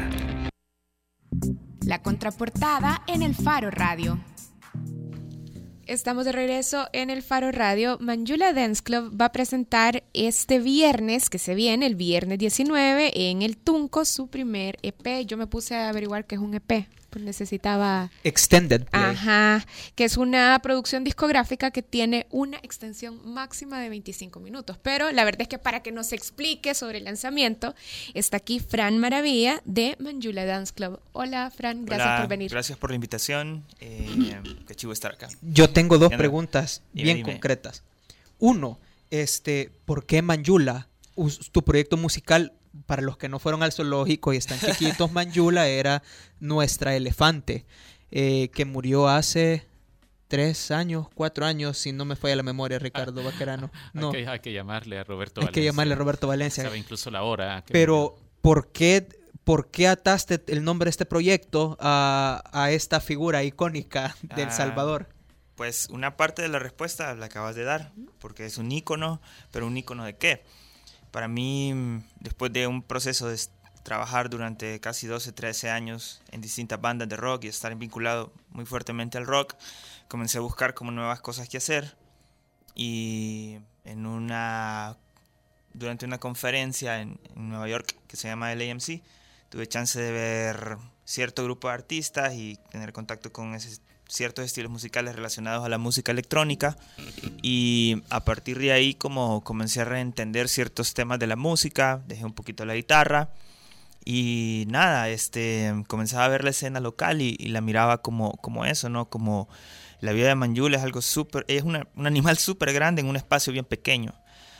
La contraportada en el Faro Radio. Estamos de regreso en el Faro Radio. Manjula Dance Club va a presentar este viernes, que se viene, el viernes diecinueve, en el Tunco, su primer E P. Yo me puse a averiguar qué es un E P, pues necesitaba... Extended Play. Ajá, que es una producción discográfica que tiene una extensión máxima de veinticinco minutos. Pero la verdad es que para que nos explique sobre el lanzamiento, está aquí Fran Maravilla de Manjula Dance Club. Hola, Fran, gracias Hola, por venir. Gracias por la invitación. Eh, qué chivo estar acá. Yo tengo dos Anda. preguntas bien dime. concretas. Uno, este, ¿por qué Manjula? Tu proyecto musical, para los que no fueron al zoológico y están chiquitos, Manjula era nuestra elefante, eh, que murió hace tres años, cuatro años, si no me falla la memoria, Ricardo Baquerano. No. Hay, que, hay que llamarle a Roberto hay Valencia. Hay que llamarle a Roberto Valencia. Sabe incluso la hora. Que Pero, ¿por qué, ¿por qué ataste el nombre de este proyecto a, a esta figura icónica de El Salvador? Ah, pues una parte de la respuesta la acabas de dar, porque es un ícono, pero ¿un ícono de qué? Para mí, después de un proceso de trabajar durante casi doce, trece años en distintas bandas de rock y estar vinculado muy fuertemente al rock, comencé a buscar como nuevas cosas que hacer. Y en una, durante una conferencia en, en Nueva York que se llama L A M C, tuve chance de ver cierto grupo de artistas y tener contacto con ese, ciertos estilos musicales relacionados a la música electrónica, y a partir de ahí como comencé a reentender ciertos temas de la música, dejé un poquito la guitarra y nada, este, comenzaba a ver la escena local y, y la miraba como, como eso, ¿no? Como la vida de Manjula es algo súper, es una, un animal súper grande en un espacio bien pequeño.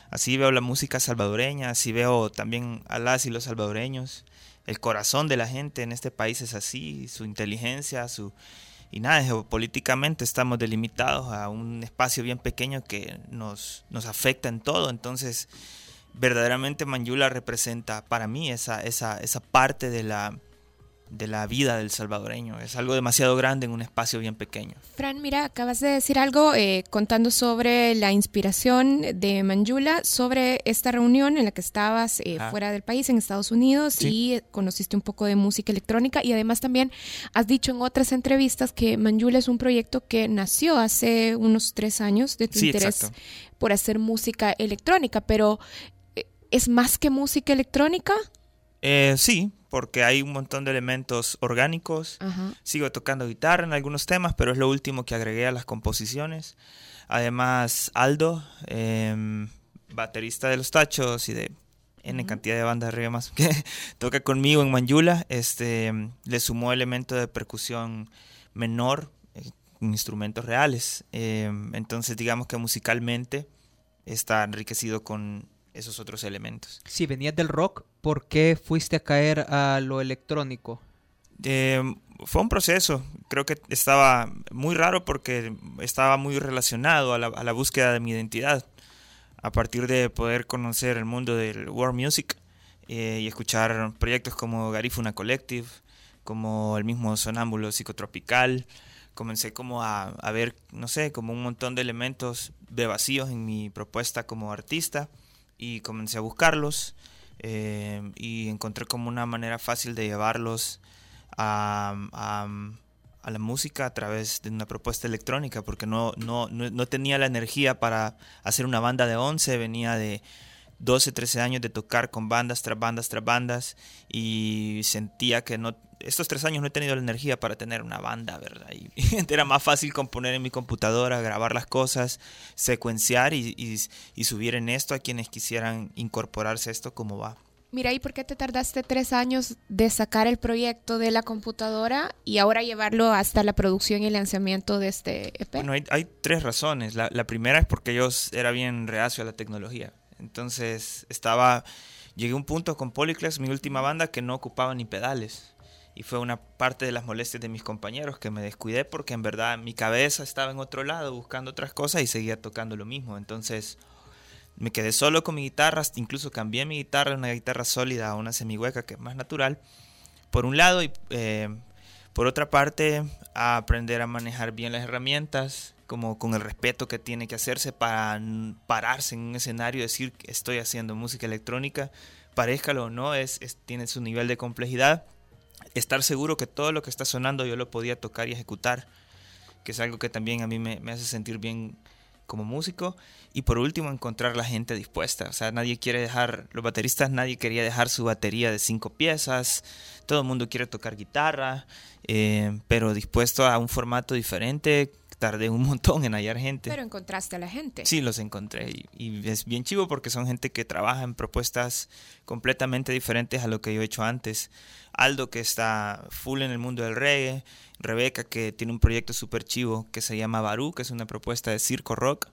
Así veo la música salvadoreña, así veo también a las y los salvadoreños. El corazón de la gente en este país es así, su inteligencia, su... Y nada, geopolíticamente estamos delimitados a un espacio bien pequeño que nos, nos afecta en todo. Entonces, verdaderamente Manjula representa para mí esa, esa, esa parte de la, de la vida del salvadoreño. Es algo demasiado grande en un espacio bien pequeño. Fran, mira, acabas de decir algo eh, contando sobre la inspiración de Manjula, sobre esta reunión en la que estabas eh, ah. fuera del país, en Estados Unidos, sí. y conociste un poco de música electrónica, y además también has dicho en otras entrevistas que Manjula es un proyecto que nació hace unos tres años de tu sí, interés exacto. por hacer música electrónica, pero ¿es más que música electrónica? Eh, sí, porque hay un montón de elementos orgánicos. Ajá. Sigo tocando guitarra en algunos temas, pero es lo último que agregué a las composiciones. Además, Aldo, eh, baterista de Los Tachos y de N uh-huh. cantidad de bandas arriba más, que toca conmigo en Manjula, este, le sumó elemento de percusión menor, eh, con instrumentos reales. Eh, entonces, digamos que musicalmente está enriquecido con esos otros elementos. Si venías del rock, ¿por qué fuiste a caer a lo electrónico? Eh, fue un proceso. Creo que estaba muy raro porque estaba muy relacionado a la, a la búsqueda de mi identidad. A partir de poder conocer el mundo del world music eh, y escuchar proyectos como Garifuna Collective, como el mismo Sonámbulo Psicotropical, comencé como a, a ver, no sé, como un montón de elementos de vacíos en mi propuesta como artista. Y comencé a buscarlos eh, y encontré como una manera fácil de llevarlos a, a, a la música a través de una propuesta electrónica, porque no, no, no, no tenía la energía para hacer una banda de once, venía de doce, trece años de tocar con bandas tras bandas tras bandas y sentía que no, estos tres años no he tenido la energía para tener una banda, ¿verdad? Y era más fácil componer en mi computadora, grabar las cosas, secuenciar y, y, y subir en esto a quienes quisieran incorporarse a esto como va. Mira, ¿y por qué te tardaste tres años de sacar el proyecto de la computadora y ahora llevarlo hasta la producción y el lanzamiento de este E P? Bueno, hay, hay tres razones. La, la primera es porque yo era bien reacio a la tecnología. Entonces estaba, llegué a un punto con Polyclass, mi última banda, que no ocupaba ni pedales. Y fue una parte de las molestias de mis compañeros que me descuidé porque en verdad mi cabeza estaba en otro lado buscando otras cosas y seguía tocando lo mismo. Entonces me quedé solo con mi guitarra, incluso cambié mi guitarra de una guitarra sólida a una semihueca que es más natural, por un lado, y eh, por otra parte a aprender a manejar bien las herramientas, como con el respeto que tiene que hacerse para pararse en un escenario y decir que estoy haciendo música electrónica, parezcalo o no, es, es, tiene su nivel de complejidad. Estar seguro que todo lo que está sonando yo lo podía tocar y ejecutar, que es algo que también a mí me, me hace sentir bien como músico. Y por último, encontrar la gente dispuesta. O sea, nadie quiere dejar, los bateristas, nadie quería dejar su batería de cinco piezas, todo el mundo quiere tocar guitarra, eh, pero dispuesto a un formato diferente. Tardé un montón en hallar gente. Pero encontraste a la gente. Sí, los encontré. Y, y es bien chivo porque son gente que trabaja en propuestas completamente diferentes a lo que yo he hecho antes. Aldo, que está full en el mundo del reggae. Rebeca, que tiene un proyecto súper chivo que se llama Barú, que es una propuesta de circo rock.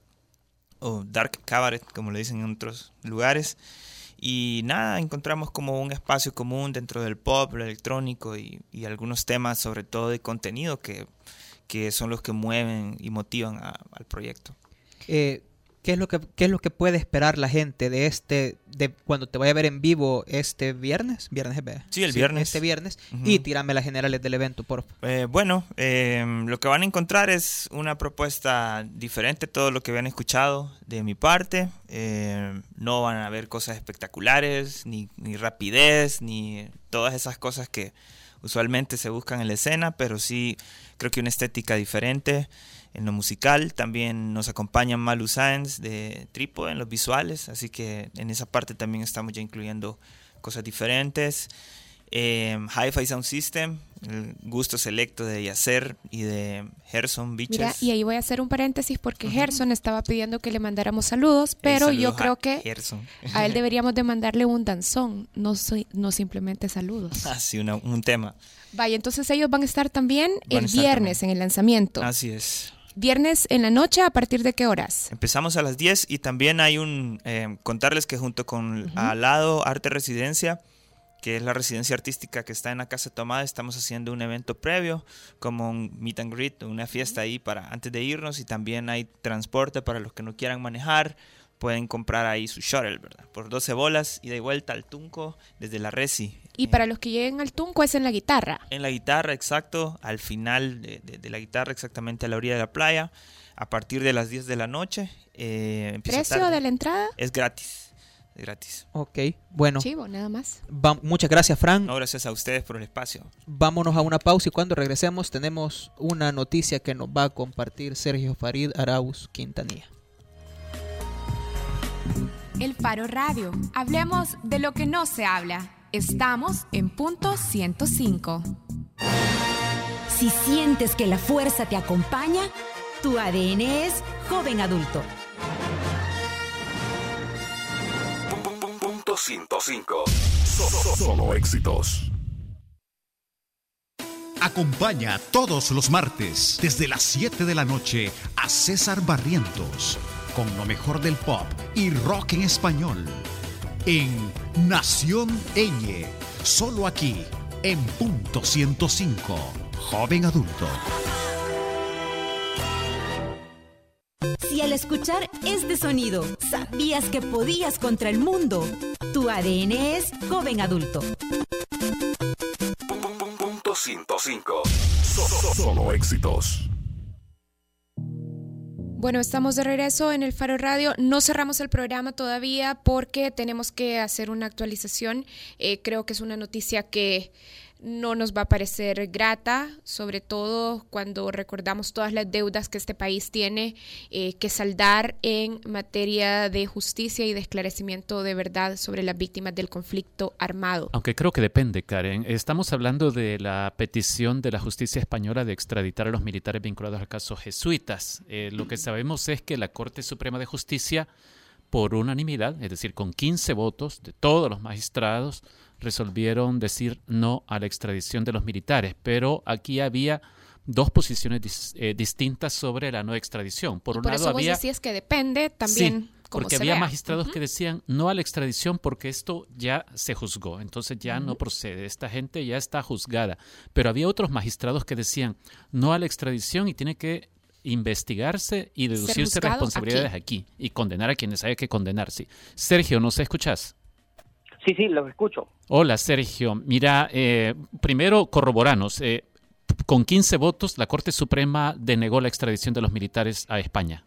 O dark cabaret, como le dicen en otros lugares. Y nada, encontramos como un espacio común dentro del pop, lo electrónico y, y algunos temas sobre todo de contenido que... que son los que mueven y motivan a, al proyecto. Eh, ¿qué es lo que qué es lo que puede esperar la gente de este de cuando te vaya a ver en vivo este viernes? ¿Viernes es verdad? Sí, el viernes. Este viernes. Uh-huh. Y tírame las generales del evento, por favor. Eh, bueno, eh, lo que van a encontrar es una propuesta diferente a todo lo que habían escuchado de mi parte. Eh, no van a ver cosas espectaculares, ni, ni rapidez, ni todas esas cosas que usualmente se buscan en la escena, pero sí creo que una estética diferente en lo musical. También nos acompaña Malu Sáenz de Trípode en los visuales, así que en esa parte también estamos ya incluyendo cosas diferentes. Eh, Hi-Fi Sound System, el gusto selecto de Yacer y de Gerson Biches. Mira, y ahí voy a hacer un paréntesis porque uh-huh. Gerson estaba pidiendo que le mandáramos saludos, pero eh, yo creo que Gerson. A él deberíamos de mandarle un danzón, no, soy, no simplemente saludos. Ah, sí, una, un tema. Vaya, entonces ellos van a estar también van el estar viernes también. En el lanzamiento. Así es. Viernes en la noche, ¿a partir de qué horas? Empezamos a las diez y también hay un, eh, contarles que junto con Uh-huh. al lado Arte Residencia, que es la residencia artística que está en la Casa Tomada, estamos haciendo un evento previo, como un meet and greet, una fiesta ahí para antes de irnos, y también hay transporte para los que no quieran manejar, pueden comprar ahí su shuttle, ¿verdad? Por doce bolas, ida y vuelta al Tunco desde la Resi. Y para los que lleguen al Tunco es en la guitarra. En la guitarra, exacto, al final de, de, de la guitarra, exactamente a la orilla de la playa, a partir de las diez de la noche. Eh, empieza ¿Precio tarde. de la entrada? Es gratis. Gratis. Ok, bueno. Chivo, nada más. Va, muchas gracias, Fran. No, gracias a ustedes por el espacio. Vámonos a una pausa y cuando regresemos tenemos una noticia que nos va a compartir Sergio Farid Arauz Quintanilla. El Faro Radio. Hablemos de lo que no se habla. Estamos en punto ciento cinco. Si sientes que la fuerza te acompaña, tu A D N es joven adulto. Punto ciento cinco. Solo, solo éxitos. Acompaña todos los martes desde las siete de la noche a César Barrientos con lo mejor del pop y rock en español en Nación Eñe, solo aquí en punto ciento cinco, joven adulto. Si al escuchar este sonido sabías que podías contra el mundo, tu A D N es joven adulto. Punto ciento cinco. Solo, solo éxitos. Bueno, estamos de regreso en el Faro Radio. No cerramos el programa todavía porque tenemos que hacer una actualización. Eh, creo que es una noticia que no nos va a parecer grata, sobre todo cuando recordamos todas las deudas que este país tiene eh, que saldar en materia de justicia y de esclarecimiento de verdad sobre las víctimas del conflicto armado. Aunque creo que depende, Karen. Estamos hablando de la petición de la justicia española de extraditar a los militares vinculados al caso jesuitas. Eh, lo que sabemos es que la Corte Suprema de Justicia, por unanimidad, es decir, con quince votos de todos los magistrados, resolvieron decir no a la extradición de los militares, pero aquí había dos posiciones dis, eh, distintas sobre la no extradición. Por y un por lado eso había, vos decías que depende también. Sí, como porque se había vea. magistrados Uh-huh. que decían no a la extradición porque esto ya se juzgó, entonces ya uh-huh. no procede, esta gente ya está juzgada. Pero había otros magistrados que decían no a la extradición y tiene que investigarse y deducirse responsabilidades aquí. aquí y condenar a quienes haya que condenar. Sí. Sergio, ¿nos escuchás? Sí, sí, los escucho. Hola, Sergio. Mira, eh, primero corroboranos. Eh, con quince votos, la Corte Suprema denegó la extradición de los militares a España.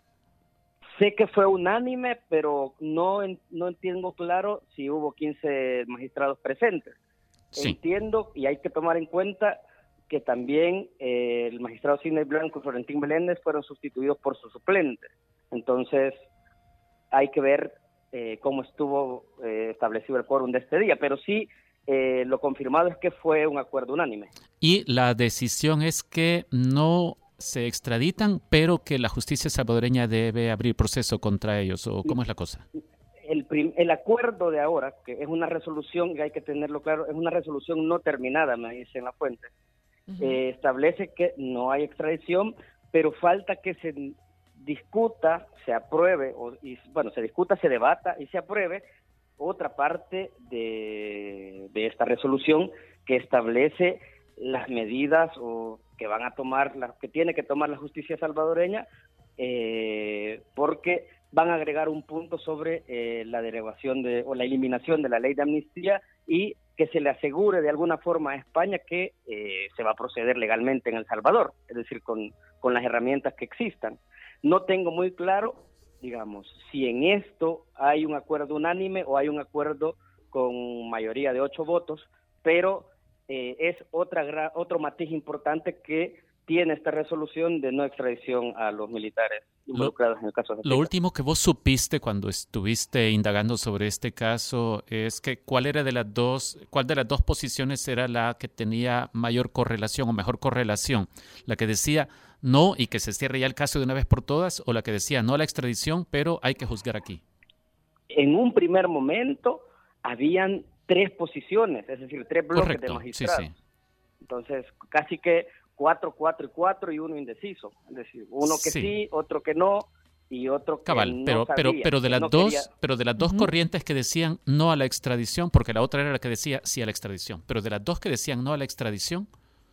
Sé que fue unánime, pero no, en, no entiendo claro si hubo quince magistrados presentes. Sí. Entiendo y hay que tomar en cuenta que también eh, el magistrado Sidney Blanco y Florentín Meléndez fueron sustituidos por sus suplentes. Entonces, hay que ver eh, cómo estuvo eh, establecido el quórum de este día, pero sí eh, lo confirmado es que fue un acuerdo unánime. Y la decisión es que no se extraditan, pero que la justicia salvadoreña debe abrir proceso contra ellos, ¿o cómo es la cosa? El, prim, el acuerdo de ahora, que es una resolución, y hay que tenerlo claro, es una resolución no terminada, me dice en la fuente, uh-huh. eh, establece que no hay extradición, pero falta que se discuta, se apruebe, o, y, bueno, se discuta, se debata y se apruebe otra parte de, de esta resolución que establece las medidas o que van a tomar, las que tiene que tomar la justicia salvadoreña, eh, porque van a agregar un punto sobre eh, la derogación de, o la eliminación de la ley de amnistía y que se le asegure de alguna forma a España que eh, se va a proceder legalmente en El Salvador, es decir, con, con las herramientas que existan. No tengo muy claro, digamos, si en esto hay un acuerdo unánime o hay un acuerdo con mayoría de ocho votos, pero eh, es otra otro matiz importante que tiene esta resolución de no extradición a los militares involucrados lo, en el caso de Lo último que vos supiste cuando estuviste indagando sobre este caso es que cuál era de las dos, cuál de las dos posiciones era la que tenía mayor correlación o mejor correlación, la que decía no y que se cierre ya el caso de una vez por todas, o la que decía no a la extradición, pero hay que juzgar aquí. En un primer momento habían tres posiciones, es decir, tres bloques Correcto, de magistrados. Sí, sí. Entonces, casi que cuatro, cuatro y cuatro y uno indeciso. Es decir, uno que sí, sí otro que no y otro que Cabal, no pero, sabía, pero, pero de las no dos, quería. pero de las dos uh-huh. corrientes que decían no a la extradición, porque la otra era la que decía sí a la extradición, pero de las dos que decían no a la extradición.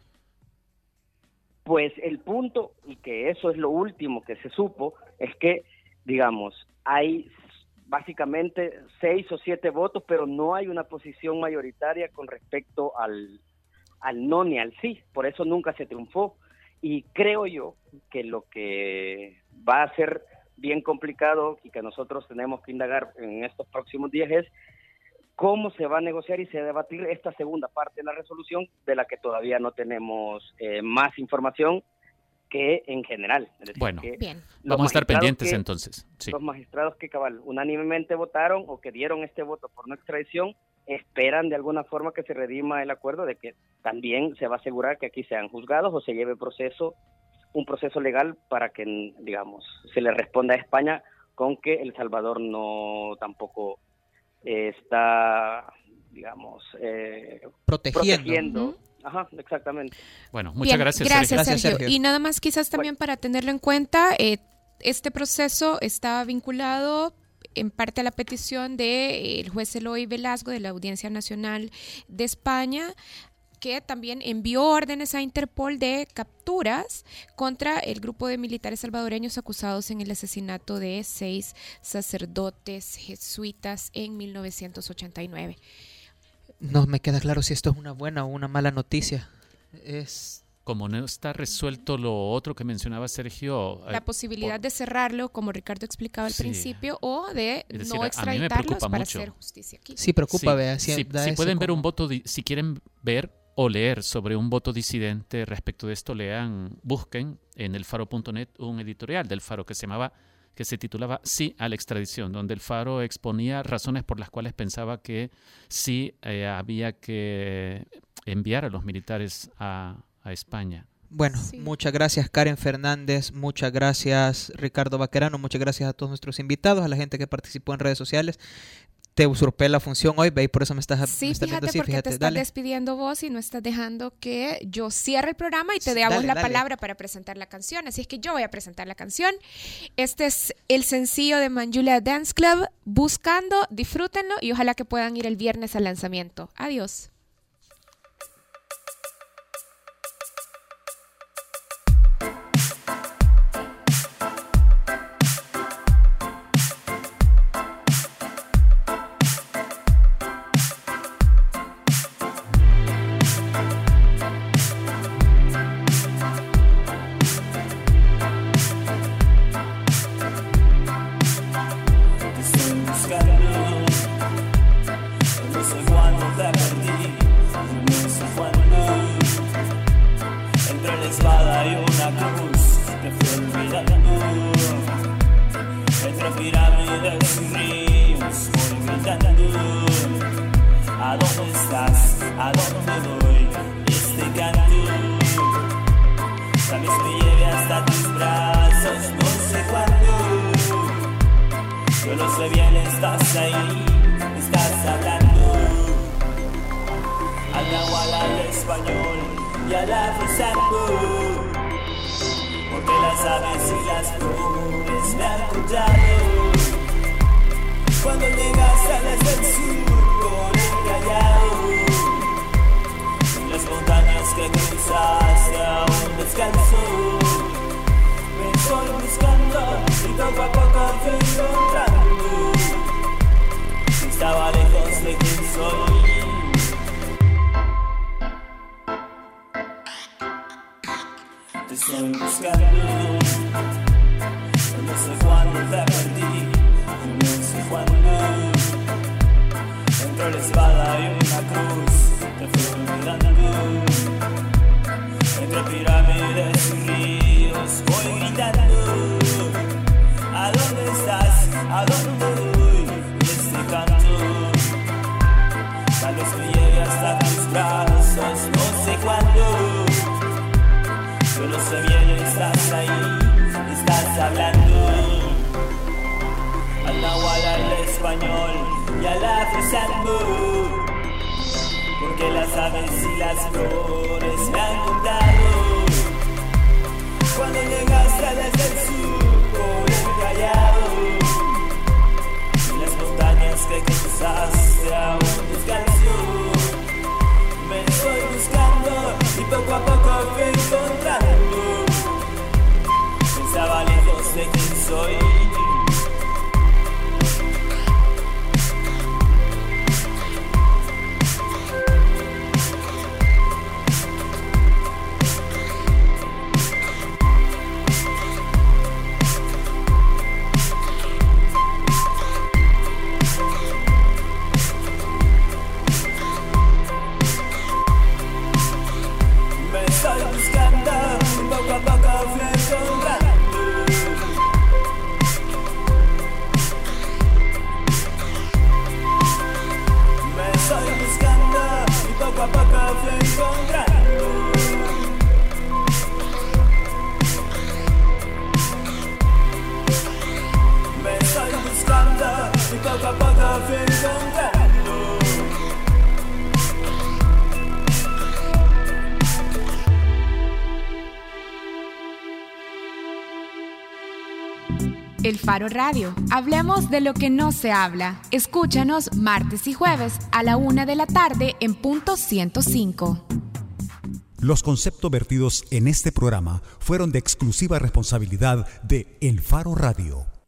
Pues el punto, y que eso es lo último que se supo, es que, digamos, hay básicamente seis o siete votos, pero no hay una posición mayoritaria con respecto al, al no ni al sí, por eso nunca se triunfó. Y creo yo que lo que va a ser bien complicado y que nosotros tenemos que indagar en estos próximos días es cómo se va a negociar y se va a debatir esta segunda parte de la resolución, de la que todavía no tenemos eh, más información que en general. Es decir, bueno, que bien. Vamos a estar pendientes que, entonces. Sí. Los magistrados que cabal unánimemente votaron o que dieron este voto por no extradición esperan de alguna forma que se redima el acuerdo de que también se va a asegurar que aquí sean juzgados o se lleve proceso, un proceso legal para que, digamos, se le responda a España con que El Salvador no tampoco eh, está, digamos, eh, protegiendo. protegiendo. Uh-huh. Ajá, exactamente. Bueno, muchas Bien, gracias, gracias, Sergio. Sergio. Gracias, Sergio. Y nada más quizás también bueno. para tenerlo en cuenta, eh, este proceso está vinculado en parte a la petición del juez Eloy Velasco de la Audiencia Nacional de España, que también envió órdenes a Interpol de capturas contra el grupo de militares salvadoreños acusados en el asesinato de seis sacerdotes jesuitas en mil novecientos ochenta y nueve. No me queda claro si esto es una buena o una mala noticia. Es... Como no está resuelto lo otro que mencionaba Sergio... La posibilidad por... de cerrarlo, como Ricardo explicaba al sí. principio, o de es decir, no extraditarlos para mucho. hacer justicia aquí. Sí, preocupa, sí, vea. Si, si, si pueden ver como... un voto, di- si quieren ver o leer sobre un voto disidente respecto de esto, lean, busquen en el faro punto net un editorial del Faro que se llamaba, que se titulaba Sí a la extradición, donde el Faro exponía razones por las cuales pensaba que sí eh, había que enviar a los militares a... a España. Bueno, sí. muchas gracias Karen Fernández, muchas gracias Ricardo Baquerano, muchas gracias a todos nuestros invitados, a la gente que participó en redes sociales. Te usurpé la función hoy, ve, y por eso me estás, sí, me estás fíjate, viendo así, porque fíjate, te estás dale. despidiendo vos y no estás dejando que yo cierre el programa y te Sí, dé a vos dale, la dale. palabra para presentar la canción, así es que yo voy a presentar la canción. Este es el sencillo de Manjula Dance Club, Buscando, disfrútenlo y ojalá que puedan ir el viernes al lanzamiento. Adiós. Porque las aves y las flores me han contado soy. Me estoy buscando y poco a poco fui encontrando. Me estoy buscando y poco a poco fui encontrando. Me estoy buscando y poco a poco fui encontrando. El Faro Radio. Hablemos de lo que no se habla. Escúchanos martes y jueves a la una de la tarde en punto ciento cinco. Los conceptos vertidos en este programa fueron de exclusiva responsabilidad de El Faro Radio.